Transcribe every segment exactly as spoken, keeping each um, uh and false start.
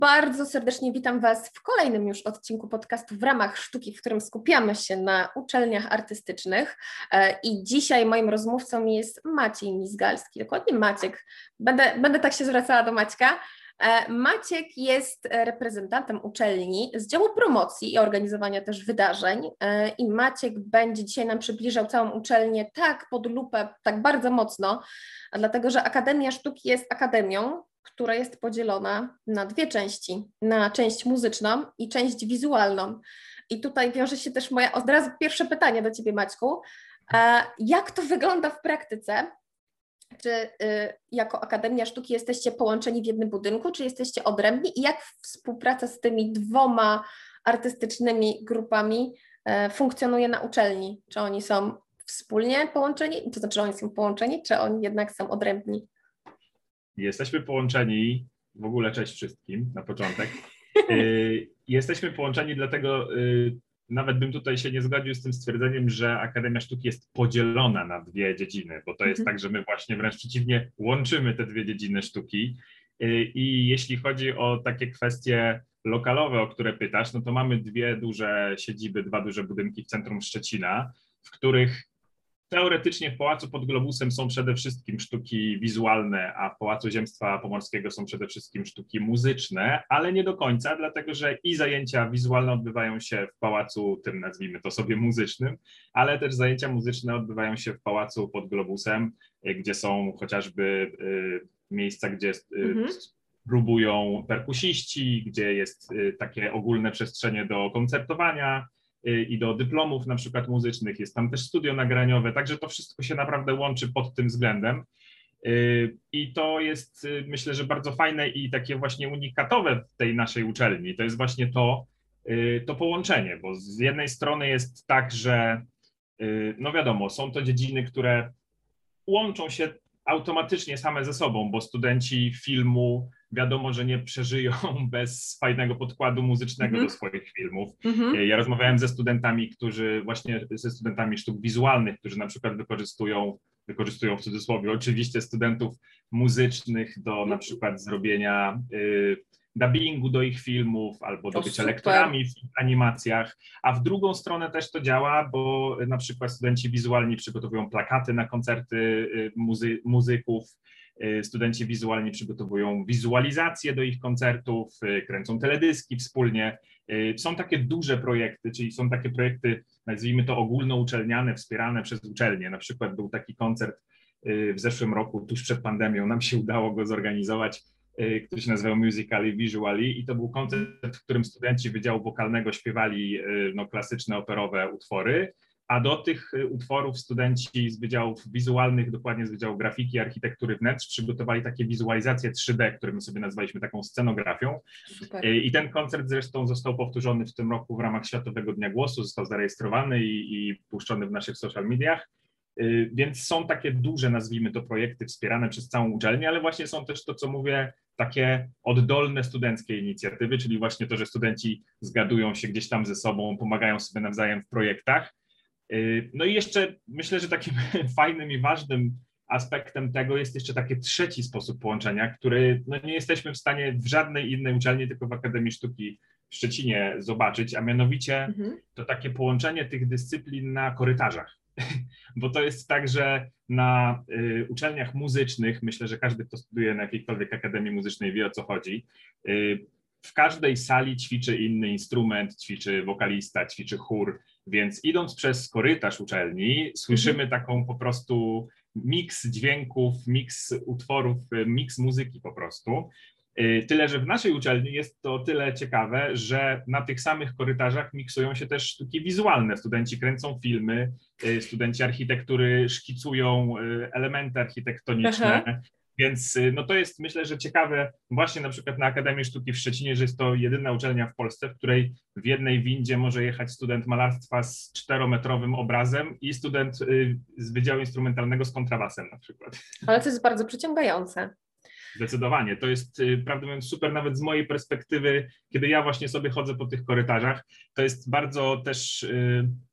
Bardzo serdecznie witam Was w kolejnym już odcinku podcastu w ramach sztuki, w którym skupiamy się na uczelniach artystycznych. I dzisiaj moim rozmówcą jest Maciej Mizgalski, dokładnie Maciek. Będę, będę tak się zwracała do Maćka. Maciek jest reprezentantem uczelni z działu promocji i organizowania też wydarzeń i Maciek będzie dzisiaj nam przybliżał całą uczelnię tak pod lupę, tak bardzo mocno, dlatego że Akademia Sztuki jest akademią, która jest podzielona na dwie części, na część muzyczną i część wizualną. I tutaj wiąże się też moje od razu pierwsze pytanie do Ciebie, Maćku. Jak to wygląda w praktyce? Czy y, jako Akademia Sztuki jesteście połączeni w jednym budynku, czy jesteście odrębni i jak współpraca z tymi dwoma artystycznymi grupami y, funkcjonuje na uczelni? Czy oni są wspólnie połączeni, to znaczy, że oni są połączeni, czy oni jednak są odrębni? Jesteśmy połączeni, w ogóle cześć wszystkim na początek. Y, jesteśmy połączeni dlatego, y, nawet bym tutaj się nie zgodził z tym stwierdzeniem, że Akademia Sztuki jest podzielona na dwie dziedziny, bo to jest tak, że my właśnie wręcz przeciwnie łączymy te dwie dziedziny sztuki. Y, I jeśli chodzi o takie kwestie lokalowe, o które pytasz, no to mamy dwie duże siedziby, dwa duże budynki w centrum Szczecina, w których teoretycznie w Pałacu pod Globusem są przede wszystkim sztuki wizualne, a w Pałacu Ziemstwa Pomorskiego są przede wszystkim sztuki muzyczne, ale nie do końca, dlatego że i zajęcia wizualne odbywają się w pałacu, tym nazwijmy to sobie muzycznym, ale też zajęcia muzyczne odbywają się w Pałacu pod Globusem, gdzie są chociażby y, miejsca, gdzie y, mhm. próbują perkusiści, gdzie jest y, takie ogólne przestrzenie do koncertowania i do dyplomów na przykład muzycznych, jest tam też studio nagraniowe, także to wszystko się naprawdę łączy pod tym względem i to jest, myślę, że bardzo fajne i takie właśnie unikatowe w tej naszej uczelni, to jest właśnie to, to połączenie, bo z jednej strony jest tak, że no wiadomo, są to dziedziny, które łączą się automatycznie same ze sobą, bo studenci filmu wiadomo, że nie przeżyją bez fajnego podkładu muzycznego mm-hmm. do swoich filmów. Mm-hmm. Ja rozmawiałem ze studentami, którzy właśnie, ze studentami sztuk wizualnych, którzy na przykład wykorzystują, wykorzystują w cudzysłowie oczywiście studentów muzycznych do na przykład zrobienia y, dubbingu do ich filmów albo do bycia lektorami w animacjach, a w drugą stronę też to działa, bo na przykład studenci wizualni przygotowują plakaty na koncerty muzy- muzyków, studenci wizualni przygotowują wizualizacje do ich koncertów, kręcą teledyski wspólnie. Są takie duże projekty, czyli są takie projekty, nazwijmy to ogólnouczelniane, wspierane przez uczelnie. Na przykład był taki koncert w zeszłym roku, tuż przed pandemią, nam się udało go zorganizować, który się nazywał Musically Visually i to był koncert, w którym studenci Wydziału Wokalnego śpiewali no, klasyczne, operowe utwory, a do tych utworów studenci z wydziałów wizualnych, dokładnie z Wydziału Grafiki i Architektury Wnętrz, przygotowali takie wizualizacje trzy D, które my sobie nazwaliśmy taką scenografią. Super. I ten koncert zresztą został powtórzony w tym roku w ramach Światowego Dnia Głosu, został zarejestrowany i, i puszczony w naszych social mediach. Więc są takie duże, nazwijmy to, projekty wspierane przez całą uczelnię, ale właśnie są też to, co mówię, takie oddolne studenckie inicjatywy, czyli właśnie to, że studenci zgadują się gdzieś tam ze sobą, pomagają sobie nawzajem w projektach. No i jeszcze myślę, że takim fajnym i ważnym aspektem tego jest jeszcze taki trzeci sposób połączenia, który no nie jesteśmy w stanie w żadnej innej uczelni, tylko w Akademii Sztuki w Szczecinie zobaczyć, a mianowicie mhm. to takie połączenie tych dyscyplin na korytarzach. Bo to jest tak, że na y, uczelniach muzycznych, myślę, że każdy, kto studiuje na jakiejkolwiek akademii muzycznej, wie, o co chodzi, y, w każdej sali ćwiczy inny instrument, ćwiczy wokalista, ćwiczy chór, więc idąc przez korytarz uczelni słyszymy taką po prostu miks dźwięków, miks utworów, miks muzyki po prostu. Tyle, że w naszej uczelni jest to tyle ciekawe, że na tych samych korytarzach miksują się też sztuki wizualne. Studenci kręcą filmy, studenci architektury szkicują elementy architektoniczne, Aha. Więc no to jest, myślę, że ciekawe właśnie na przykład na Akademii Sztuki w Szczecinie, że jest to jedyna uczelnia w Polsce, w której w jednej windzie może jechać student malarstwa z czterometrowym obrazem i student z Wydziału Instrumentalnego z kontrabasem na przykład. Ale to jest bardzo przyciągające. Zdecydowanie. To jest, prawdę mówiąc, super nawet z mojej perspektywy, kiedy ja właśnie sobie chodzę po tych korytarzach. To jest bardzo też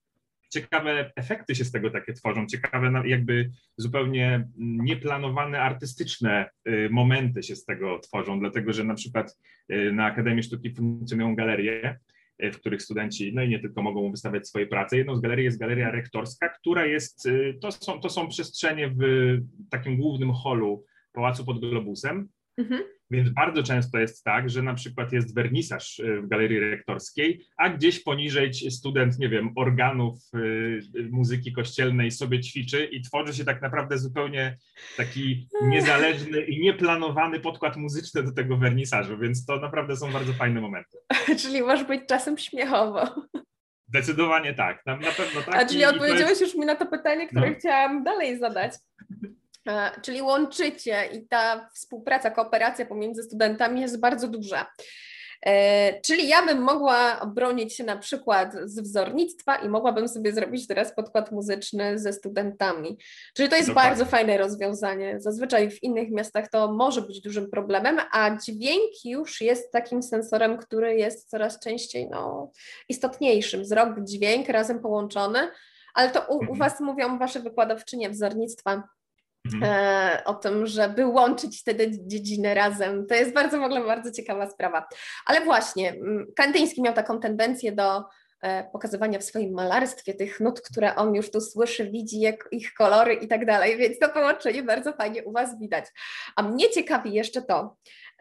ciekawe efekty się z tego takie tworzą, ciekawe jakby zupełnie nieplanowane artystyczne momenty się z tego tworzą, dlatego że na przykład na Akademii Sztuki funkcjonują galerie, w których studenci, no i nie tylko, mogą wystawiać swoje prace. Jedną z galerii jest Galeria Rektorska, która jest, to są, to są przestrzenie w takim głównym holu Pałacu pod Globusem, mhm. Więc bardzo często jest tak, że na przykład jest wernisaż w Galerii Rektorskiej, a gdzieś poniżej student, nie wiem, organów muzyki kościelnej sobie ćwiczy i tworzy się tak naprawdę zupełnie taki niezależny i nieplanowany podkład muzyczny do tego wernisażu, więc to naprawdę są bardzo fajne momenty. Czyli może być czasem śmiechowo. Zdecydowanie tak, na, na pewno tak. A czyli odpowiedziałeś jest... już mi na to pytanie, które no. chciałam dalej zadać. Czyli łączycie i ta współpraca, kooperacja pomiędzy studentami jest bardzo duża. Czyli ja bym mogła bronić się na przykład z wzornictwa i mogłabym sobie zrobić teraz podkład muzyczny ze studentami. Czyli to jest Dokładnie. bardzo fajne rozwiązanie. Zazwyczaj w innych miastach to może być dużym problemem, a dźwięk już jest takim sensorem, który jest coraz częściej no, istotniejszym. Wzrok, dźwięk razem połączony, ale to u, mhm. u Was mówią Wasze wykładowczynie wzornictwa, Mhm. o tym, żeby łączyć te dziedziny razem. To jest bardzo w ogóle bardzo ciekawa sprawa. Ale właśnie, Kandyński miał taką tendencję do pokazywania w swoim malarstwie tych nut, które on już tu słyszy, widzi jak ich kolory i tak dalej, więc to połączenie bardzo fajnie u Was widać. A mnie ciekawi jeszcze to,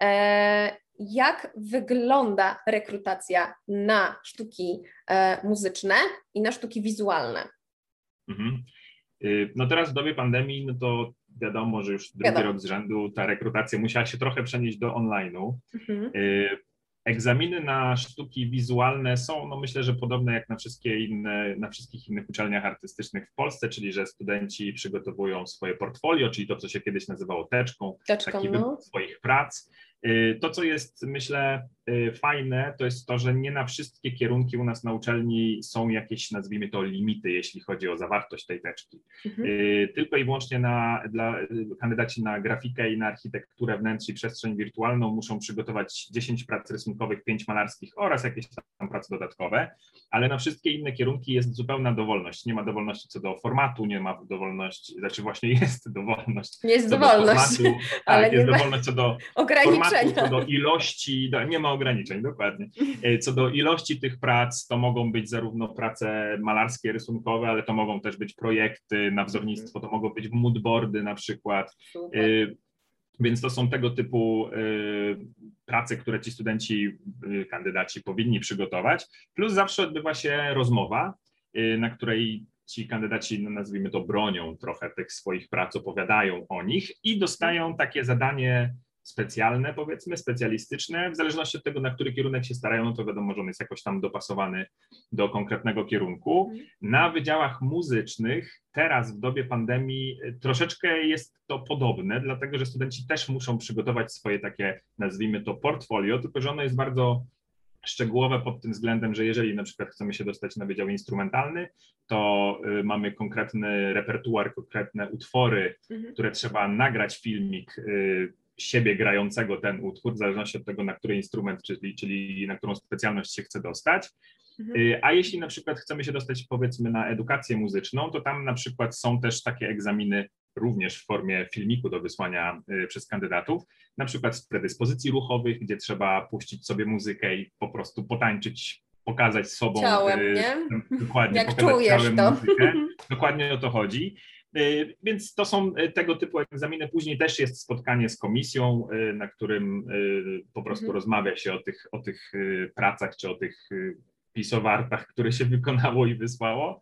jak wygląda rekrutacja na sztuki muzyczne i na sztuki wizualne. Mhm. No teraz w dobie pandemii, no to wiadomo, że już drugi wiadomo. rok z rzędu ta rekrutacja musiała się trochę przenieść do online'u. Mhm. Egzaminy na sztuki wizualne są, no myślę, że podobne jak na wszystkie inne, na wszystkich innych uczelniach artystycznych w Polsce, czyli że studenci przygotowują swoje portfolio, czyli to, co się kiedyś nazywało teczką, Teczką, taki no. wybór swoich prac. To, co jest, myślę, fajne, to jest to, że nie na wszystkie kierunki u nas na uczelni są jakieś, nazwijmy to, limity, jeśli chodzi o zawartość tej teczki. Mhm. Tylko i wyłącznie na, dla kandydaci na grafikę i na architekturę wnętrz i przestrzeń wirtualną muszą przygotować dziesięć prac rysunkowych, pięć malarskich oraz jakieś tam prace dodatkowe, ale na wszystkie inne kierunki jest zupełna dowolność. Nie ma dowolności co do formatu, nie ma dowolności, znaczy właśnie jest dowolność jest co dowolność, do formatu, ale tak, nie jest ma dowolność co do formatu, co do ilości, do, nie ma ograniczeń, dokładnie. Co do ilości tych prac, to mogą być zarówno prace malarskie, rysunkowe, ale to mogą też być projekty na wzornictwo, to mogą być moodboardy na przykład. Super. Więc to są tego typu prace, które ci studenci, kandydaci powinni przygotować. Plus zawsze odbywa się rozmowa, na której ci kandydaci, no nazwijmy to, bronią trochę tych swoich prac, opowiadają o nich i dostają takie zadanie specjalne, powiedzmy, specjalistyczne, w zależności od tego, na który kierunek się starają, no to wiadomo, że on jest jakoś tam dopasowany do konkretnego kierunku. Na wydziałach muzycznych teraz w dobie pandemii troszeczkę jest to podobne, dlatego że studenci też muszą przygotować swoje takie, nazwijmy to, portfolio, tylko że ono jest bardzo szczegółowe pod tym względem, że jeżeli na przykład chcemy się dostać na wydział instrumentalny, to y, mamy konkretny repertuar, konkretne utwory, mhm. które trzeba nagrać filmik y, siebie grającego ten utwór, w zależności od tego, na który instrument, czyli, czyli na którą specjalność się chce dostać. Mhm. Y, a jeśli na przykład chcemy się dostać, powiedzmy, na edukację muzyczną, to tam na przykład są też takie egzaminy również w formie filmiku do wysłania y, przez kandydatów, na przykład z predyspozycji ruchowych, gdzie trzeba puścić sobie muzykę i po prostu potańczyć, pokazać sobą ciałem, y, nie? Dokładnie, jak pokazać czujesz ciałem to. muzykę. Dokładnie o to chodzi. Y, więc to są tego typu egzaminy. Później też jest spotkanie z komisją, y, na którym y, po prostu mhm. rozmawia się o tych, o tych y, pracach czy o tych y, pisowartach, które się wykonało i wysłało.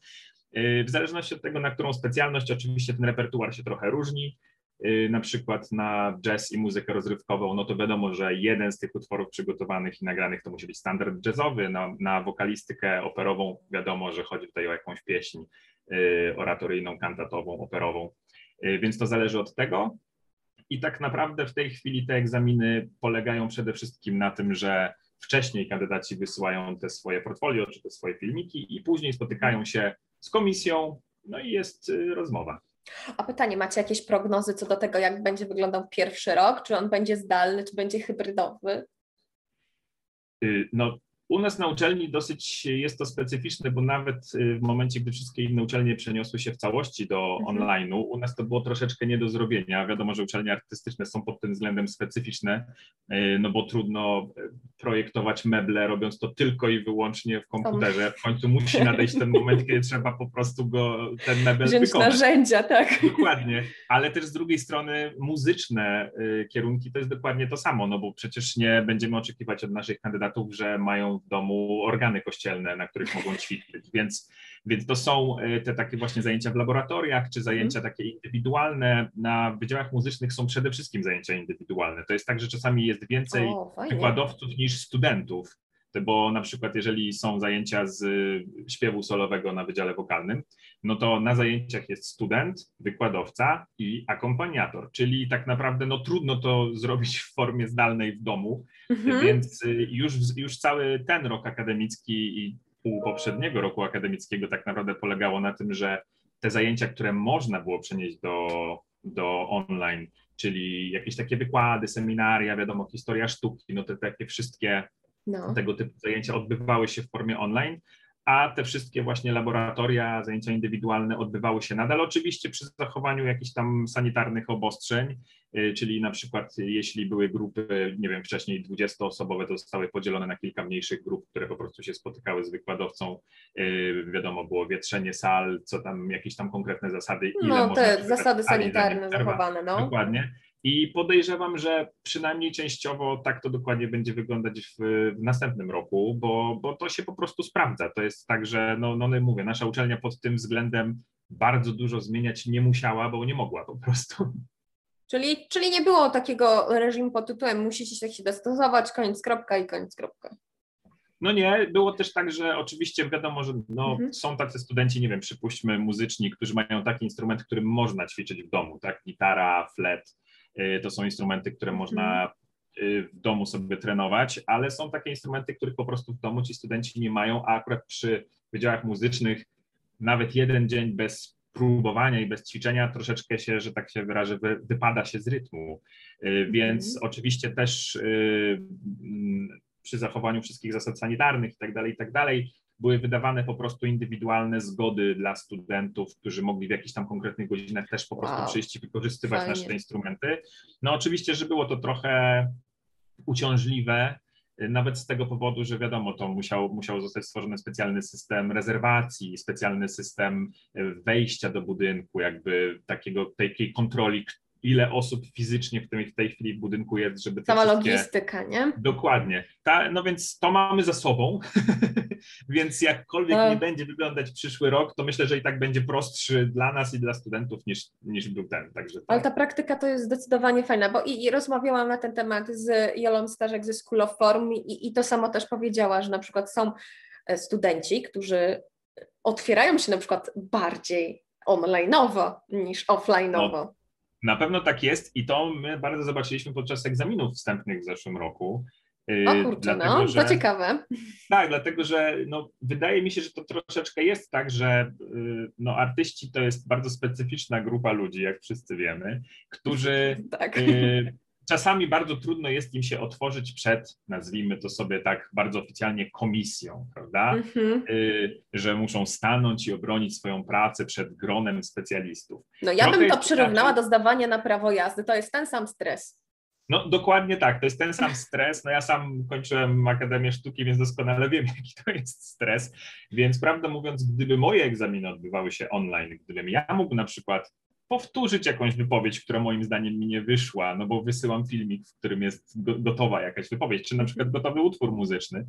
W zależności od tego, na którą specjalność, oczywiście ten repertuar się trochę różni. Na przykład na jazz i muzykę rozrywkową, no to wiadomo, że jeden z tych utworów przygotowanych i nagranych to musi być standard jazzowy. Na, na wokalistykę operową wiadomo, że chodzi tutaj o jakąś pieśń oratoryjną, kantatową, operową. Więc to zależy od tego. I tak naprawdę w tej chwili te egzaminy polegają przede wszystkim na tym, że wcześniej kandydaci wysyłają te swoje portfolio czy te swoje filmiki i później spotykają się z komisją, no i jest rozmowa. A pytanie, macie jakieś prognozy co do tego, jak będzie wyglądał pierwszy rok? Czy on będzie zdalny, czy będzie hybrydowy? No U nas na uczelni dosyć jest to specyficzne, bo nawet w momencie, gdy wszystkie inne uczelnie przeniosły się w całości do Mhm. online'u, u nas to było troszeczkę nie do zrobienia. Wiadomo, że uczelnie artystyczne są pod tym względem specyficzne, no bo trudno projektować meble, robiąc to tylko i wyłącznie w komputerze. W końcu musi nadejść ten moment, kiedy trzeba po prostu go, ten mebel Wziąć wykonać. narzędzia, tak. Dokładnie, ale też z drugiej strony muzyczne y, kierunki to jest dokładnie to samo, no bo przecież nie będziemy oczekiwać od naszych kandydatów, że mają w domu organy kościelne, na których mogą ćwiczyć, więc, więc to są y, te takie właśnie zajęcia w laboratoriach, czy zajęcia takie indywidualne. Na wydziałach muzycznych są przede wszystkim zajęcia indywidualne. To jest tak, że czasami jest więcej O, fajnie. wykładowców niż studentów, bo na przykład jeżeli są zajęcia z śpiewu solowego na wydziale wokalnym, no to na zajęciach jest student, wykładowca i akompaniator, czyli tak naprawdę no trudno to zrobić w formie zdalnej w domu, Mhm. więc już, już cały ten rok akademicki i pół poprzedniego roku akademickiego tak naprawdę polegało na tym, że te zajęcia, które można było przenieść do, do online, czyli jakieś takie wykłady, seminaria, wiadomo, historia sztuki, no te takie wszystkie No. tego typu zajęcia odbywały się w formie online, a te wszystkie właśnie laboratoria, zajęcia indywidualne odbywały się nadal, oczywiście przy zachowaniu jakichś tam sanitarnych obostrzeń, czyli na przykład jeśli były grupy, nie wiem, wcześniej dwudziestoosobowe, to zostały podzielone na kilka mniejszych grup, które po prostu się spotykały z wykładowcą, wiadomo, było wietrzenie sal, co tam, jakieś tam konkretne zasady, ile No można te zasady sanitarne przerwa. zachowane, no. Dokładnie. I podejrzewam, że przynajmniej częściowo tak to dokładnie będzie wyglądać w, w następnym roku, bo, bo to się po prostu sprawdza. To jest tak, że no, no mówię, nasza uczelnia pod tym względem bardzo dużo zmieniać nie musiała, bo nie mogła po prostu. Czyli, czyli nie było takiego reżimu pod tytułem musicie się dostosować, koniec kropka i koniec kropka. No nie, było też tak, że oczywiście wiadomo, że no, Mhm. są tacy studenci, nie wiem, przypuśćmy muzyczni, którzy mają taki instrument, którym można ćwiczyć w domu, tak? Gitara, flet, y, to są instrumenty, które Mhm. można y, w domu sobie trenować, ale są takie instrumenty, których po prostu w domu ci studenci nie mają, a akurat przy wydziałach muzycznych nawet jeden dzień bez próbowania i bez ćwiczenia troszeczkę się, że tak się wyrażę, wy, wypada się z rytmu, y, więc Mhm. oczywiście też y, y, przy zachowaniu wszystkich zasad sanitarnych i tak dalej, i tak dalej, były wydawane po prostu indywidualne zgody dla studentów, którzy mogli w jakichś tam konkretnych godzinach też po prostu Wow. przyjść i wykorzystywać Fajnie. nasze te instrumenty. No oczywiście, że było to trochę uciążliwe, nawet z tego powodu, że wiadomo, to musiał, musiał zostać stworzony specjalny system rezerwacji, specjalny system wejścia do budynku, jakby takiego, takiej kontroli, ile osób fizycznie w tej, w tej chwili w budynku jest, żeby te Cała wszystkie... logistyka, nie? Dokładnie. Ta, no więc to mamy za sobą, więc jakkolwiek A. nie będzie wyglądać przyszły rok, to myślę, że i tak będzie prostszy dla nas i dla studentów niż, niż był ten. Także to... Ale ta praktyka to jest zdecydowanie fajna, bo i, i rozmawiałam na ten temat z Jolą Starzek ze School of Form i, i to samo też powiedziała, że na przykład są studenci, którzy otwierają się na przykład bardziej online'owo niż offline'owo. No. Na pewno tak jest i to my bardzo zobaczyliśmy podczas egzaminów wstępnych w zeszłym roku. O kurczę, dlatego, no, że, to ciekawe. Tak, dlatego że no, wydaje mi się, że to troszeczkę jest tak, że no, artyści to jest bardzo specyficzna grupa ludzi, jak wszyscy wiemy, którzy tak. y, czasami bardzo trudno jest im się otworzyć przed, nazwijmy to sobie tak bardzo oficjalnie, komisją, prawda? Mm-hmm. Y, że muszą stanąć i obronić swoją pracę przed gronem specjalistów. No ja Trochę bym to jest przyrównała inaczej. do zdawania na prawo jazdy, to jest ten sam stres. No dokładnie tak, to jest ten sam stres. No ja sam kończyłem Akademię Sztuki, więc doskonale wiem, jaki to jest stres. Więc prawdę mówiąc, gdyby moje egzaminy odbywały się online, gdybym ja mógł na przykład powtórzyć jakąś wypowiedź, która moim zdaniem mi nie wyszła, no bo wysyłam filmik, w którym jest gotowa jakaś wypowiedź, czy na przykład gotowy utwór muzyczny,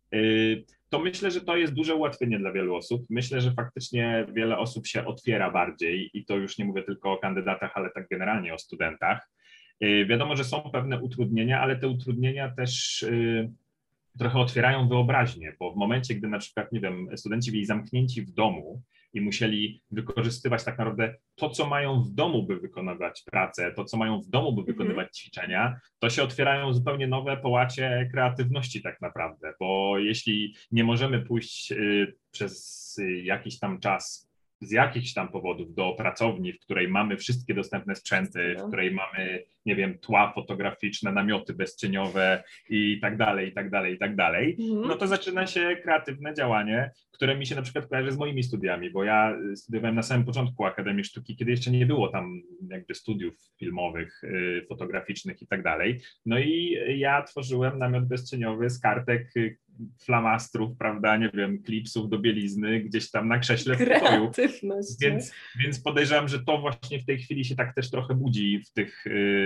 to myślę, że to jest duże ułatwienie dla wielu osób. Myślę, że faktycznie wiele osób się otwiera bardziej i to już nie mówię tylko o kandydatach, ale tak generalnie o studentach. Wiadomo, że są pewne utrudnienia, ale te utrudnienia też trochę otwierają wyobraźnię, bo w momencie, gdy na przykład, nie wiem, studenci byli zamknięci w domu i musieli wykorzystywać tak naprawdę to, co mają w domu, by wykonywać pracę, to, co mają w domu, by wykonywać mm-hmm. ćwiczenia, to się otwierają zupełnie nowe połacie kreatywności tak naprawdę, bo jeśli nie możemy pójść y, przez y, jakiś tam czas z jakichś tam powodów do pracowni, w której mamy wszystkie dostępne sprzęty, w której mamy, nie wiem, tła fotograficzne, namioty bezcieniowe i tak dalej, i tak dalej, i tak dalej, Mhm. no to zaczyna się kreatywne działanie, które mi się na przykład kojarzy z moimi studiami, bo ja studiowałem na samym początku Akademii Sztuki, kiedy jeszcze nie było tam jakby studiów filmowych, fotograficznych i tak dalej. No i ja tworzyłem namiot bezcieniowy z kartek, flamastrów, prawda, nie wiem, klipsów do bielizny gdzieś tam na krześle w pokoju. Więc, więc podejrzewam, że to właśnie w tej chwili się tak też trochę budzi w tych,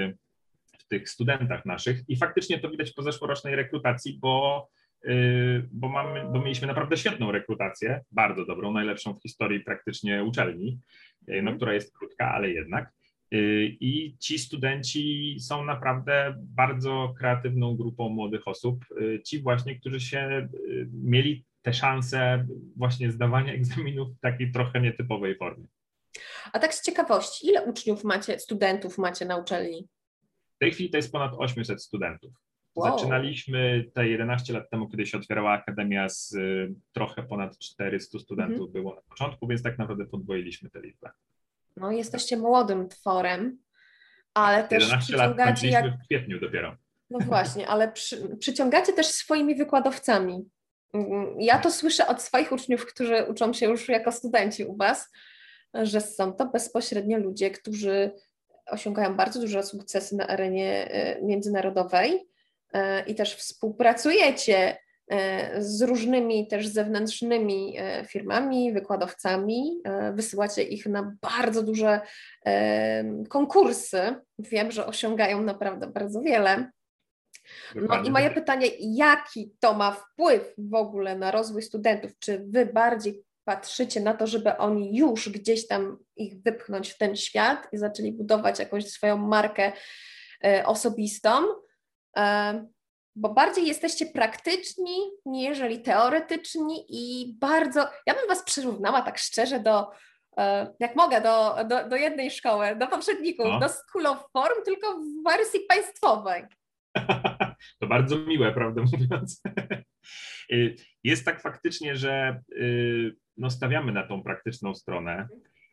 w tych studentach naszych i faktycznie to widać po zeszłorocznej rekrutacji, bo, bo, mamy, bo mieliśmy naprawdę świetną rekrutację, bardzo dobrą, najlepszą w historii praktycznie uczelni, no, która jest krótka, ale jednak. I ci studenci są naprawdę bardzo kreatywną grupą młodych osób, ci właśnie, którzy się mieli tę szansę właśnie zdawania egzaminów w takiej trochę nietypowej formie. A tak z ciekawości, ile uczniów macie, studentów macie na uczelni? W tej chwili to jest ponad osiemset studentów. Wow. Zaczynaliśmy te jedenaście lat temu, kiedy się otwierała akademia, z trochę ponad czterystu studentów mhm. było na początku, więc tak naprawdę podwoiliśmy tę liczbę. No, jesteście młodym tworem, ale też jedenaście lat przyciągacie jak... w kwietniu dopiero. No właśnie, ale przy... przyciągacie też swoimi wykładowcami. Ja to słyszę od swoich uczniów, którzy uczą się już jako studenci u Was, że są to bezpośrednio ludzie, którzy osiągają bardzo duże sukcesy na arenie międzynarodowej i też współpracujecie z różnymi też zewnętrznymi firmami, wykładowcami, wysyłacie ich na bardzo duże konkursy. Wiem, że osiągają naprawdę bardzo wiele. No i moje pytanie, jaki to ma wpływ w ogóle na rozwój studentów? Czy Wy bardziej patrzycie na to, żeby oni już gdzieś tam ich wypchnąć w ten świat i zaczęli budować jakąś swoją markę osobistą? Bo bardziej jesteście praktyczni, niżeli teoretyczni i bardzo, ja bym Was przyrównała tak szczerze do, jak mogę, do, do, do jednej szkoły, do poprzedników, no. do School of Form, tylko w wersji państwowej. To bardzo miłe, prawdę mówiąc. Jest tak faktycznie, że no, stawiamy na tą praktyczną stronę.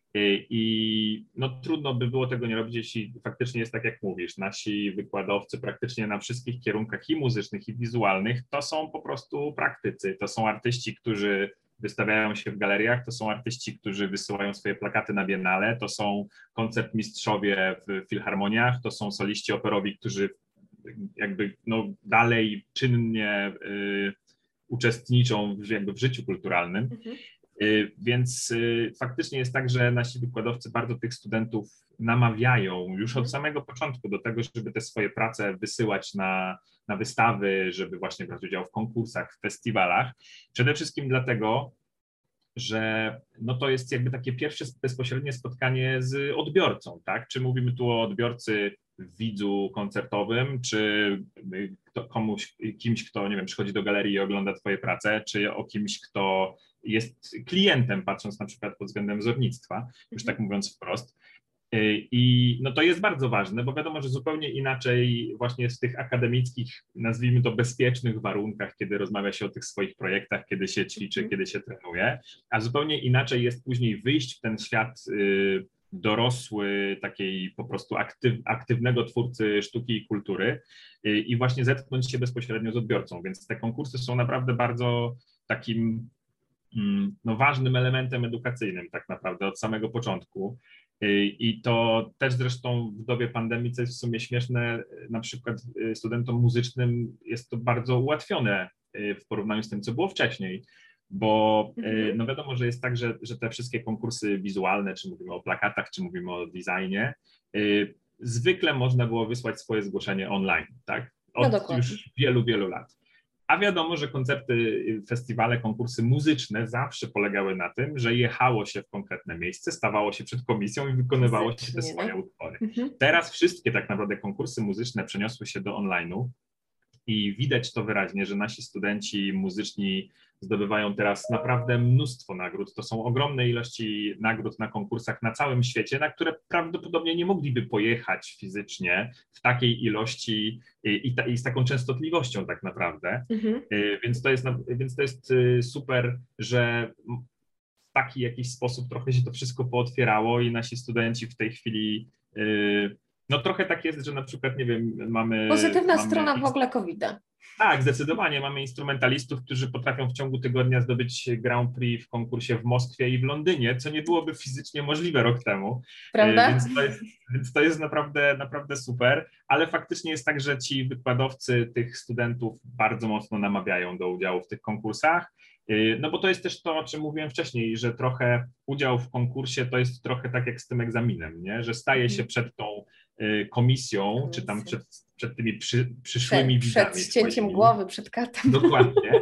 I no, trudno by było tego nie robić, jeśli faktycznie jest tak, jak mówisz. Nasi wykładowcy praktycznie na wszystkich kierunkach i muzycznych, i wizualnych to są po prostu praktycy. To są artyści, którzy wystawiają się w galeriach, to są artyści, którzy wysyłają swoje plakaty na biennale, to są koncertmistrzowie w filharmoniach, to są soliści operowi, którzy jakby no, dalej czynnie y, uczestniczą w, jakby w życiu kulturalnym. Mhm. Więc faktycznie jest tak, że nasi wykładowcy bardzo tych studentów namawiają już od samego początku do tego, żeby te swoje prace wysyłać na, na wystawy, żeby właśnie brać udział w konkursach, w festiwalach. Przede wszystkim dlatego, że no to jest jakby takie pierwsze bezpośrednie spotkanie z odbiorcą, tak? Czy mówimy tu o odbiorcy widzu koncertowym, czy komuś, kimś, kto, nie wiem, przychodzi do galerii i ogląda twoje prace, czy o kimś, kto jest klientem, patrząc na przykład pod względem wzornictwa, już tak mówiąc wprost. I no to jest bardzo ważne, bo wiadomo, że zupełnie inaczej właśnie w tych akademickich, nazwijmy to bezpiecznych warunkach, kiedy rozmawia się o tych swoich projektach, kiedy się ćwiczy, mm. kiedy się trenuje, a zupełnie inaczej jest później wyjść w ten świat y, dorosły, takiej po prostu aktyw, aktywnego twórcy sztuki i kultury y, i właśnie zetknąć się bezpośrednio z odbiorcą, więc te konkursy są naprawdę bardzo takim no, ważnym elementem edukacyjnym tak naprawdę od samego początku. I to też zresztą w dobie pandemii, co jest w sumie śmieszne, na przykład studentom muzycznym jest to bardzo ułatwione w porównaniu z tym, co było wcześniej, bo mhm. no wiadomo, że jest tak, że, że te wszystkie konkursy wizualne, czy mówimy o plakatach, czy mówimy o designie, zwykle można było wysłać swoje zgłoszenie online, tak? Od no już wielu, wielu lat. A wiadomo, że koncerty, festiwale, konkursy muzyczne zawsze polegały na tym, że jechało się w konkretne miejsce, stawało się przed komisją i wykonywało Fizycznie, się te swoje utwory. Mhm. Teraz wszystkie tak naprawdę konkursy muzyczne przeniosły się do online'u i widać to wyraźnie, że nasi studenci muzyczni zdobywają teraz naprawdę mnóstwo nagród. To są ogromne ilości nagród na konkursach na całym świecie, na które prawdopodobnie nie mogliby pojechać fizycznie w takiej ilości i, ta, i z taką częstotliwością tak naprawdę. Mhm. Więc to jest, więc to jest super, że w taki jakiś sposób trochę się to wszystko pootwierało i nasi studenci w tej chwili, no trochę tak jest, że na przykład, nie wiem, mamy... Pozytywna mamy strona w ogóle kowida. Tak, zdecydowanie. Mamy instrumentalistów, którzy potrafią w ciągu tygodnia zdobyć Grand Prix w konkursie w Moskwie i w Londynie, co nie byłoby fizycznie możliwe rok temu. Prawda? Więc to jest, więc to jest naprawdę, naprawdę super, ale faktycznie jest tak, że ci wykładowcy tych studentów bardzo mocno namawiają do udziału w tych konkursach. No bo to jest też to, o czym mówiłem wcześniej, że trochę udział w konkursie to jest trochę tak jak z tym egzaminem, nie? Że staje się przed tą komisją, czy tam przed, przed tymi przy, przyszłymi przed, widzami. Przed ścięciem swoimi. głowy, przed kartem. Dokładnie.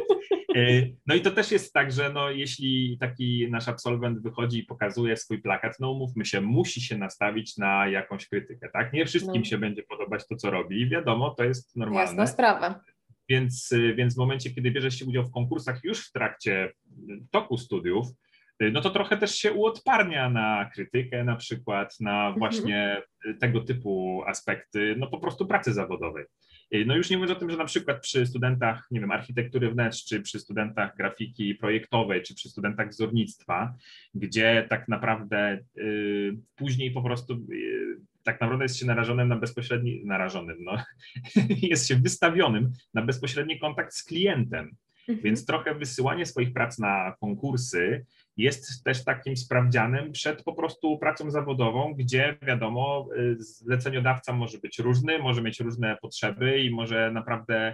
No i to też jest tak, że no, jeśli taki nasz absolwent wychodzi i pokazuje swój plakat, no umówmy się, musi się nastawić na jakąś krytykę, tak? Nie wszystkim no. się będzie podobać to, co robi. Wiadomo, to jest normalne. Jasna sprawa. Więc, więc w momencie, kiedy bierze się udział w konkursach już w trakcie toku studiów, no to trochę też się uodparnia na krytykę na przykład, na właśnie mhm. tego typu aspekty, no po prostu pracy zawodowej. No już nie mówiąc o tym, że na przykład przy studentach, nie wiem, architektury wnętrz, czy przy studentach grafiki projektowej, czy przy studentach wzornictwa, gdzie tak naprawdę y, później po prostu y, tak naprawdę jest się narażonym na bezpośredni, narażonym, no, jest się wystawionym na bezpośredni kontakt z klientem. Mhm. Więc trochę wysyłanie swoich prac na konkursy jest też takim sprawdzianem przed po prostu pracą zawodową, gdzie wiadomo, zleceniodawca może być różny, może mieć różne potrzeby i może naprawdę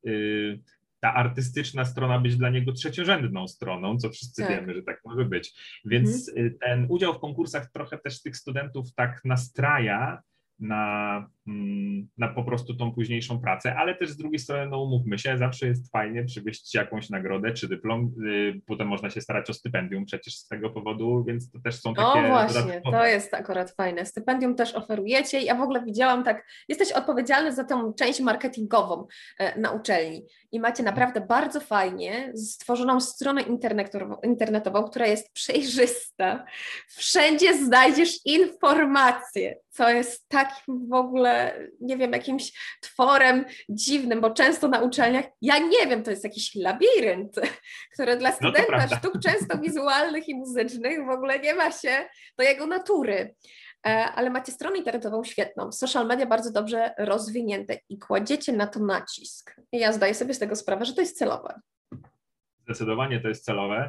y, ta artystyczna strona być dla niego trzeciorzędną stroną, co wszyscy tak. wiemy, że tak może być. Więc mhm. ten udział w konkursach trochę też tych studentów tak nastraja na, na po prostu tą późniejszą pracę, ale też z drugiej strony, no umówmy się, zawsze jest fajnie przywieźć jakąś nagrodę czy dyplom, yy, potem można się starać o stypendium przecież z tego powodu, więc to też są takie... O właśnie, to jest akurat fajne. Stypendium też oferujecie. Ja w ogóle widziałam tak, jesteś odpowiedzialny za tę część marketingową e, na uczelni i macie naprawdę bardzo fajnie stworzoną stronę internetową, internetową, która jest przejrzysta. Wszędzie znajdziesz informacje, co jest takim w ogóle, nie wiem, jakimś tworem dziwnym, bo często na uczelniach, ja nie wiem, to jest jakiś labirynt, który dla studenta no sztuk często wizualnych i muzycznych w ogóle nie ma się do jego natury. Ale macie stronę internetową świetną, social media bardzo dobrze rozwinięte i kładziecie na to nacisk. I ja zdaję sobie z tego sprawę, że to jest celowe. Zdecydowanie to jest celowe.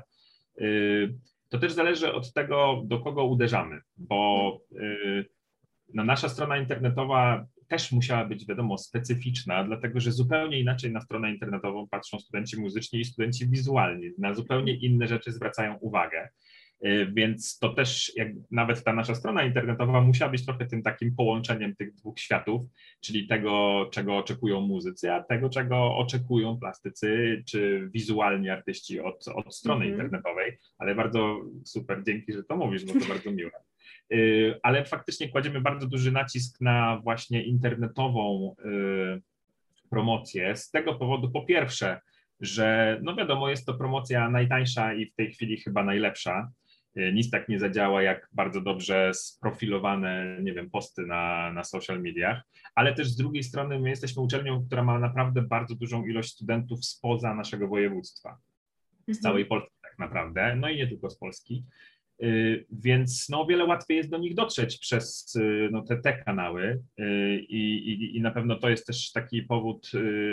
To też zależy od tego, do kogo uderzamy, bo no, nasza strona internetowa też musiała być, wiadomo, specyficzna, dlatego że zupełnie inaczej na stronę internetową patrzą studenci muzyczni i studenci wizualni. Na zupełnie inne rzeczy zwracają uwagę. Więc to też, jak nawet ta nasza strona internetowa musiała być trochę tym takim połączeniem tych dwóch światów, czyli tego, czego oczekują muzycy, a tego, czego oczekują plastycy czy wizualni artyści od, od strony mm-hmm. internetowej. Ale bardzo super, dzięki, że to mówisz, bo to bardzo miłe. Ale faktycznie kładziemy bardzo duży nacisk na właśnie internetową promocję z tego powodu, po pierwsze, że no wiadomo, jest to promocja najtańsza i w tej chwili chyba najlepsza. Nic tak nie zadziała jak bardzo dobrze sprofilowane, nie wiem, posty na, na social mediach, ale też z drugiej strony my jesteśmy uczelnią, która ma naprawdę bardzo dużą ilość studentów spoza naszego województwa, z mhm. całej Polski tak naprawdę, no i nie tylko z Polski. Więc no, o wiele łatwiej jest do nich dotrzeć przez no, te, te kanały i, i, i na pewno to jest też taki powód,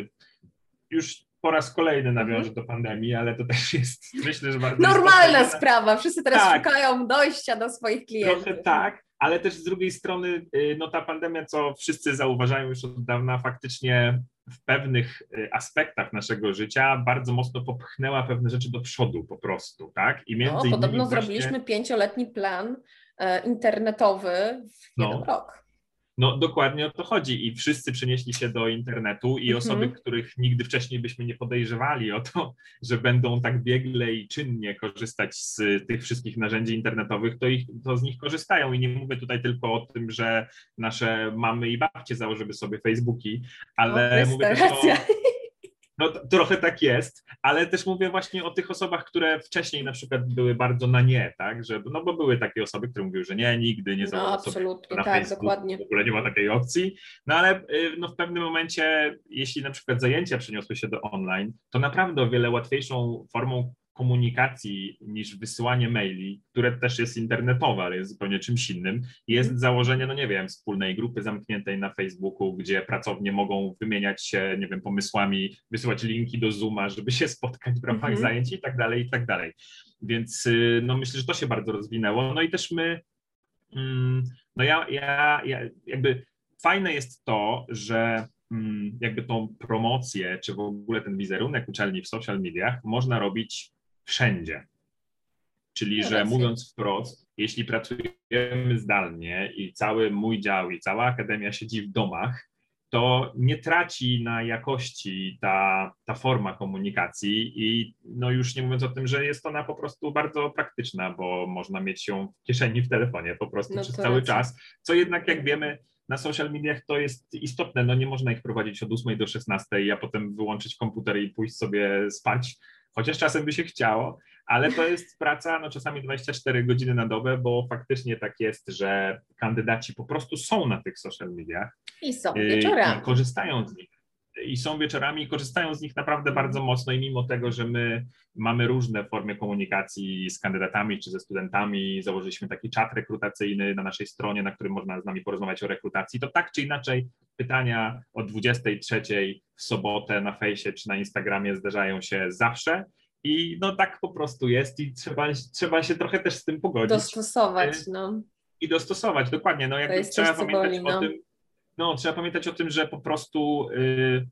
już po raz kolejny nawiążę do pandemii, ale to też jest, myślę, że bardzo normalna sprawa, wszyscy teraz tak. szukają dojścia do swoich klientów. Trochę tak, ale też z drugiej strony no, ta pandemia, co wszyscy zauważają już od dawna, faktycznie w pewnych aspektach naszego życia bardzo mocno popchnęła pewne rzeczy do przodu po prostu, tak? I między no, innymi podobno właśnie... zrobiliśmy pięcioletni plan e, internetowy w jeden no. rok. No dokładnie o to chodzi i wszyscy przenieśli się do internetu i osoby, mm-hmm. których nigdy wcześniej byśmy nie podejrzewali o to, że będą tak biegle i czynnie korzystać z tych wszystkich narzędzi internetowych, to, ich, to z nich korzystają i nie mówię tutaj tylko o tym, że nasze mamy i babcie założyły sobie Facebooki, ale o, mówię też o... No to, trochę tak jest, ale też mówię właśnie o tych osobach, które wcześniej na przykład były bardzo na nie, tak, że, no bo były takie osoby, które mówiły, że nie, nigdy nie założę no, sobie na tak, Facebooku, dokładnie. W ogóle nie ma takiej opcji, no ale no, w pewnym momencie, jeśli na przykład zajęcia przeniosły się do online, to naprawdę o wiele łatwiejszą formą komunikacji niż wysyłanie maili, które też jest internetowe, ale jest zupełnie czymś innym, jest założenie, no nie wiem, wspólnej grupy zamkniętej na Facebooku, gdzie pracownie mogą wymieniać się, nie wiem, pomysłami, wysyłać linki do Zooma, żeby się spotkać w ramach Mhm. zajęć i tak dalej, i tak dalej. Więc no myślę, że to się bardzo rozwinęło. No i też my, no ja, ja, ja jakby fajne jest to, że jakby tą promocję, czy w ogóle ten wizerunek uczelni w social mediach można robić wszędzie. Czyli, No że racja. mówiąc wprost, jeśli pracujemy zdalnie i cały mój dział i cała akademia siedzi w domach, to nie traci na jakości ta, ta forma komunikacji i no już nie mówiąc o tym, że jest ona po prostu bardzo praktyczna, bo można mieć ją w kieszeni w telefonie po prostu No przez to cały racja. czas, co jednak jak wiemy na social mediach to jest istotne, no nie można ich prowadzić od ósmej do szesnastej, a potem wyłączyć komputer i pójść sobie spać, chociaż czasem by się chciało, ale to jest praca no czasami dwadzieścia cztery godziny na dobę, bo faktycznie tak jest, że kandydaci po prostu są na tych social mediach I są i wieczorami. korzystają z nich. I są wieczorami i korzystają z nich naprawdę bardzo mocno i mimo tego, że my mamy różne formy komunikacji z kandydatami czy ze studentami, założyliśmy taki czat rekrutacyjny na naszej stronie, na którym można z nami porozmawiać o rekrutacji, to tak czy inaczej pytania o dwudziestej trzeciej w sobotę na fejsie czy na Instagramie zdarzają się zawsze i no tak po prostu jest i trzeba, trzeba się trochę też z tym pogodzić. Dostosować, no. I dostosować, dokładnie, no jakby trzeba coś, pamiętać boli, o no. tym, no trzeba pamiętać o tym, że po prostu y,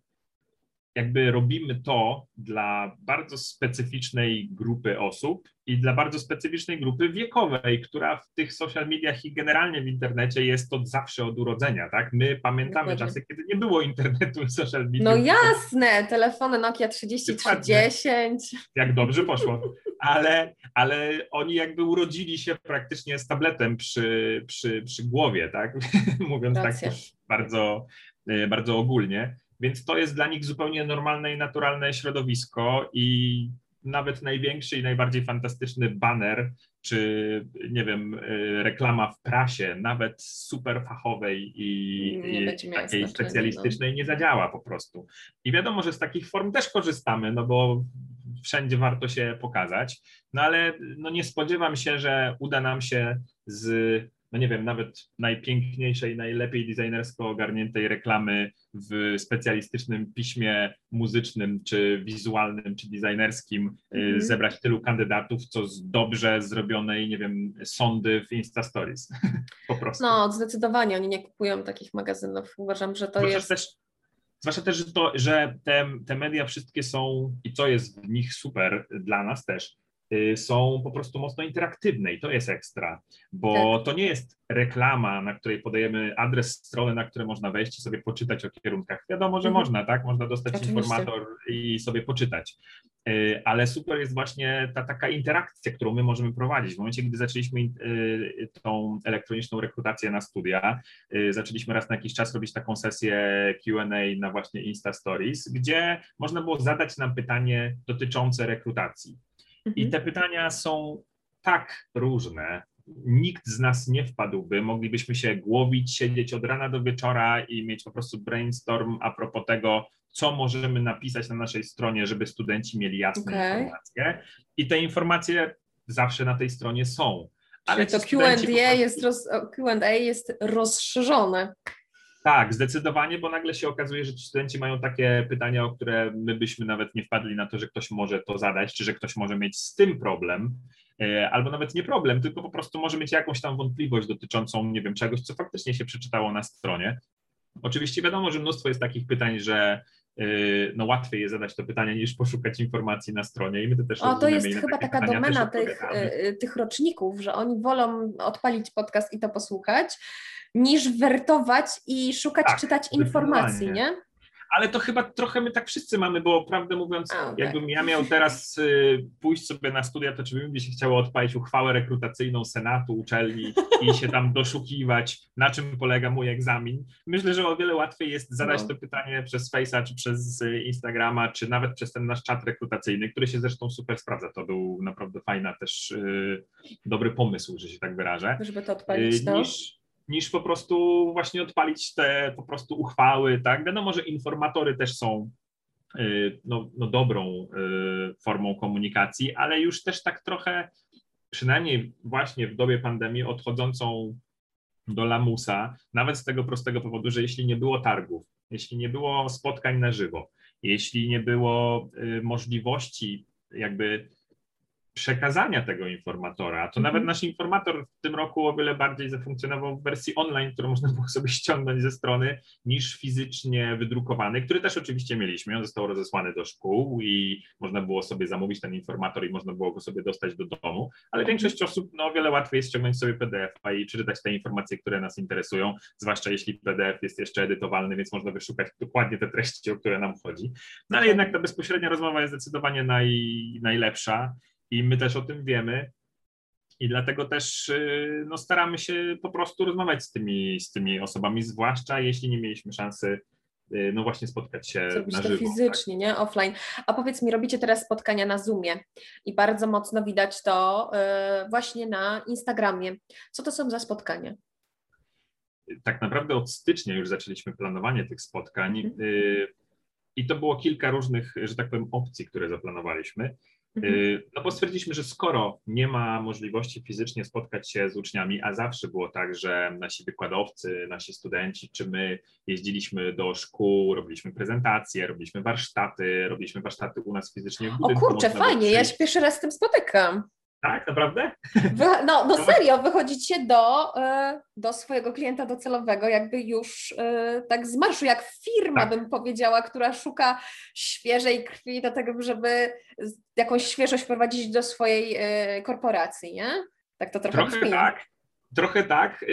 jakby robimy to dla bardzo specyficznej grupy osób i dla bardzo specyficznej grupy wiekowej, która w tych social mediach i generalnie w internecie jest od zawsze od urodzenia, tak? My pamiętamy Dokładnie. czasy, kiedy nie było internetu i social mediów. No jasne, telefony Nokia trzydzieści trzy dziesięć. Jak dobrze poszło, ale, ale oni jakby urodzili się praktycznie z tabletem przy, przy, przy głowie, tak? Mówiąc Racja. tak już bardzo, bardzo ogólnie. Więc to jest dla nich zupełnie normalne i naturalne środowisko i nawet największy i najbardziej fantastyczny baner, czy nie wiem, reklama w prasie, nawet super fachowej i, Nie i będzie miała takiej znaczenia, specjalistycznej nie zadziała po prostu. I wiadomo, że z takich form też korzystamy, no bo wszędzie warto się pokazać, no ale no nie spodziewam się, że uda nam się z no nie wiem, nawet najpiękniejszej, najlepiej designersko ogarniętej reklamy w specjalistycznym piśmie muzycznym, czy wizualnym, czy designerskim mm. zebrać tylu kandydatów, co z dobrze zrobionej, nie wiem, sondy w Insta Stories. Po prostu. No, zdecydowanie oni nie kupują takich magazynów. Uważam, że to zwłaszcza jest... Też, zwłaszcza też, że, to, że te, te media wszystkie są, i co jest w nich super dla nas też, są po prostu mocno interaktywne i to jest ekstra, bo tak. To nie jest reklama, na której podajemy adres strony, na które można wejść i sobie poczytać o kierunkach. Wiadomo, że mhm. można, tak? Można dostać Oczywiście. informator i sobie poczytać. Ale super jest właśnie ta taka interakcja, którą my możemy prowadzić. W momencie, gdy zaczęliśmy tą elektroniczną rekrutację na studia, zaczęliśmy raz na jakiś czas robić taką sesję Q and A na właśnie Insta Stories, gdzie można było zadać nam pytanie dotyczące rekrutacji. I te pytania są tak różne, nikt z nas nie wpadłby, moglibyśmy się głowić, siedzieć od rana do wieczora i mieć po prostu brainstorm a propos tego, co możemy napisać na naszej stronie, żeby studenci mieli jasne okay. informacje. I te informacje zawsze na tej stronie są. Ale to Q and A prostu... jest, roz... Q and A jest rozszerzone. Tak, zdecydowanie, bo nagle się okazuje, że ci studenci mają takie pytania, o które my byśmy nawet nie wpadli na to, że ktoś może to zadać, czy że ktoś może mieć z tym problem, albo nawet nie problem, tylko po prostu może mieć jakąś tam wątpliwość dotyczącą, nie wiem, czegoś, co faktycznie się przeczytało na stronie. Oczywiście wiadomo, że mnóstwo jest takich pytań, że no łatwiej jest zadać to pytanie niż poszukać informacji na stronie i my to też O, to jest chyba taka domena tych, tych roczników, że oni wolą odpalić podcast i to posłuchać, niż wertować i szukać, tak, czytać informacji, nie? Ale to chyba trochę my tak wszyscy mamy, bo prawdę mówiąc, A, okay. jakbym ja miał teraz y, pójść sobie na studia, to czy by mi się chciało odpalić uchwałę rekrutacyjną Senatu, uczelni i się tam doszukiwać, na czym polega mój egzamin. Myślę, że o wiele łatwiej jest zadać no. to pytanie przez Face'a, czy przez Instagrama, czy nawet przez ten nasz czat rekrutacyjny, który się zresztą super sprawdza. To był naprawdę fajna też y, dobry pomysł, że się tak wyrażę. Żeby to odpalić, no. Niż, niż po prostu właśnie odpalić te po prostu uchwały, tak? Wiadomo, że informatory też są no, no dobrą formą komunikacji, ale już też tak trochę, przynajmniej właśnie w dobie pandemii, odchodzącą do lamusa, nawet z tego prostego powodu, że jeśli nie było targów, jeśli nie było spotkań na żywo, jeśli nie było możliwości jakby przekazania tego informatora, to mm-hmm. nawet nasz informator w tym roku o wiele bardziej zafunkcjonował w wersji online, którą można było sobie ściągnąć ze strony, niż fizycznie wydrukowany, który też oczywiście mieliśmy. On został rozesłany do szkół i można było sobie zamówić ten informator i można było go sobie dostać do domu, ale mm-hmm. większość osób, no o wiele łatwiej jest ściągnąć sobie P D F-a i przeczytać te informacje, które nas interesują, zwłaszcza jeśli P D F jest jeszcze edytowalny, więc można wyszukać dokładnie te treści, o które nam chodzi. No ale jednak ta bezpośrednia rozmowa jest zdecydowanie naj, najlepsza. I my też o tym wiemy i dlatego też no, staramy się po prostu rozmawiać z tymi, z tymi osobami, zwłaszcza jeśli nie mieliśmy szansy no właśnie spotkać się Zrobić na to żywo. fizycznie, tak? Nie? Offline. A powiedz mi, robicie teraz spotkania na Zoomie i bardzo mocno widać to yy, właśnie na Instagramie. Co to są za spotkania? Tak naprawdę od stycznia już zaczęliśmy planowanie tych spotkań mhm. yy, i to było kilka różnych, że tak powiem, opcji, które zaplanowaliśmy. No bo stwierdziliśmy, że skoro nie ma możliwości fizycznie spotkać się z uczniami, a zawsze było tak, że nasi wykładowcy, nasi studenci, czy my jeździliśmy do szkół, robiliśmy prezentacje, robiliśmy warsztaty, robiliśmy warsztaty u nas fizycznie w budynku. O kurczę, fajnie, ja się pierwszy raz z tym spotykam. Tak, naprawdę? Wy, no, no serio, wychodzicie do, do swojego klienta docelowego jakby już tak z marszu, jak firma, tak. bym powiedziała, która szuka świeżej krwi do tego, żeby jakąś świeżość wprowadzić do swojej korporacji, nie? Tak to trochę Trochę brzmi. tak, trochę tak.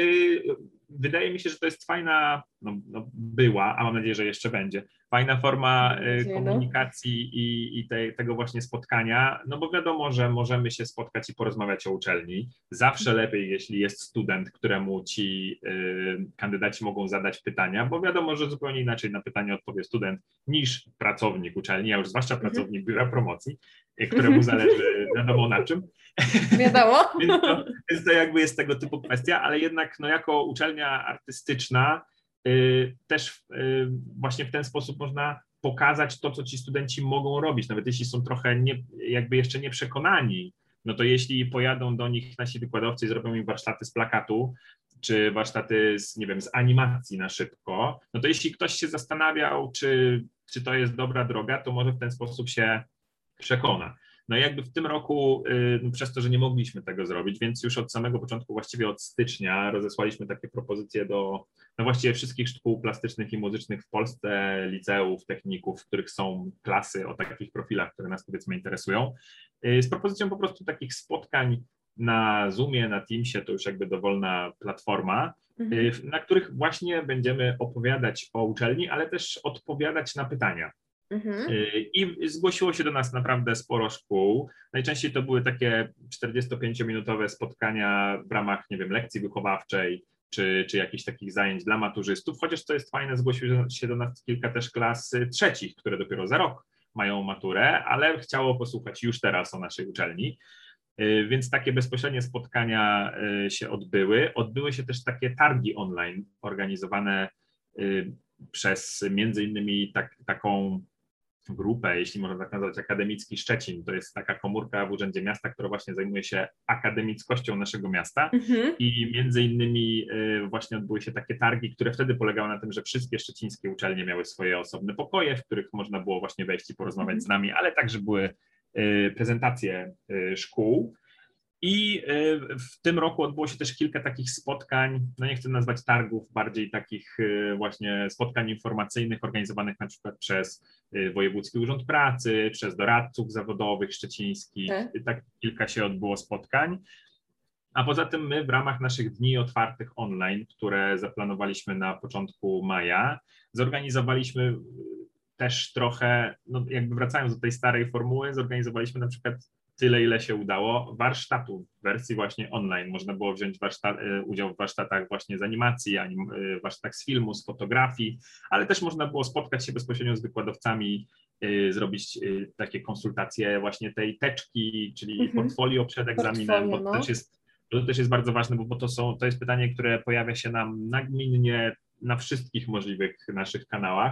Wydaje mi się, że to jest fajna, no, no była, a mam nadzieję, że jeszcze będzie, fajna forma nadzieję, komunikacji no. i, i te, tego właśnie spotkania, no bo wiadomo, że możemy się spotkać i porozmawiać o uczelni. Zawsze lepiej, jeśli jest student, któremu ci y, kandydaci mogą zadać pytania, bo wiadomo, że zupełnie inaczej na pytanie odpowie student niż pracownik uczelni, a już zwłaszcza pracownik biura promocji, któremu zależy wiadomo na czym. Wiadomo. więc, to, więc to jakby jest tego typu kwestia, ale jednak no jako uczelnia artystyczna y, też y, właśnie w ten sposób można pokazać to, co ci studenci mogą robić, nawet jeśli są trochę nie, jakby jeszcze nieprzekonani, no to jeśli pojadą do nich nasi wykładowcy i zrobią im warsztaty z plakatu, czy warsztaty z, nie wiem, z animacji na szybko, no to jeśli ktoś się zastanawiał, czy, czy to jest dobra droga, to może w ten sposób się przekona. No i jakby w tym roku, yy, przez to, że nie mogliśmy tego zrobić, więc już od samego początku, właściwie od stycznia, rozesłaliśmy takie propozycje do no właściwie wszystkich szkół plastycznych i muzycznych w Polsce, liceów, techników, w których są klasy o takich profilach, które nas powiedzmy interesują, yy, z propozycją po prostu takich spotkań na Zoomie, na Teamsie, to już jakby dowolna platforma, mhm. yy, na których właśnie będziemy opowiadać o uczelni, ale też odpowiadać na pytania. Mhm. I zgłosiło się do nas naprawdę sporo szkół. Najczęściej to były takie czterdziestopięciominutowe spotkania w ramach, nie wiem, lekcji wychowawczej, czy, czy jakichś takich zajęć dla maturzystów, chociaż to jest fajne, zgłosiło się do nas kilka też klas trzecich, które dopiero za rok mają maturę, ale chciało posłuchać już teraz o naszej uczelni. Więc takie bezpośrednie spotkania się odbyły. Odbyły się też takie targi online organizowane przez między innymi tak, taką grupę, jeśli można tak nazwać, Akademicki Szczecin. To jest taka komórka w Urzędzie Miasta, która właśnie zajmuje się akademickością naszego miasta mhm. i między innymi właśnie odbyły się takie targi, które wtedy polegały na tym, że wszystkie szczecińskie uczelnie miały swoje osobne pokoje, w których można było właśnie wejść i porozmawiać mhm. z nami, ale także były prezentacje szkół. I w tym roku odbyło się też kilka takich spotkań, no nie chcę nazwać targów, bardziej takich właśnie spotkań informacyjnych organizowanych na przykład przez Wojewódzki Urząd Pracy, przez doradców zawodowych szczecińskich, tak, tak kilka się odbyło spotkań. A poza tym my w ramach naszych dni otwartych online, które zaplanowaliśmy na początku maja, zorganizowaliśmy też trochę, no jakby wracając do tej starej formuły, zorganizowaliśmy na przykład tyle, ile się udało, warsztatów w wersji właśnie online. Można było wziąć warsztat, udział w warsztatach właśnie z animacji, anim, warsztatach z filmu, z fotografii, ale też można było spotkać się bezpośrednio z wykładowcami, y, zrobić y, takie konsultacje właśnie tej teczki, czyli mhm. portfolio przed egzaminem, bo to, no. też jest, to też jest bardzo ważne, bo, bo to, są, to jest pytanie, które pojawia się nam nagminnie na wszystkich możliwych naszych kanałach.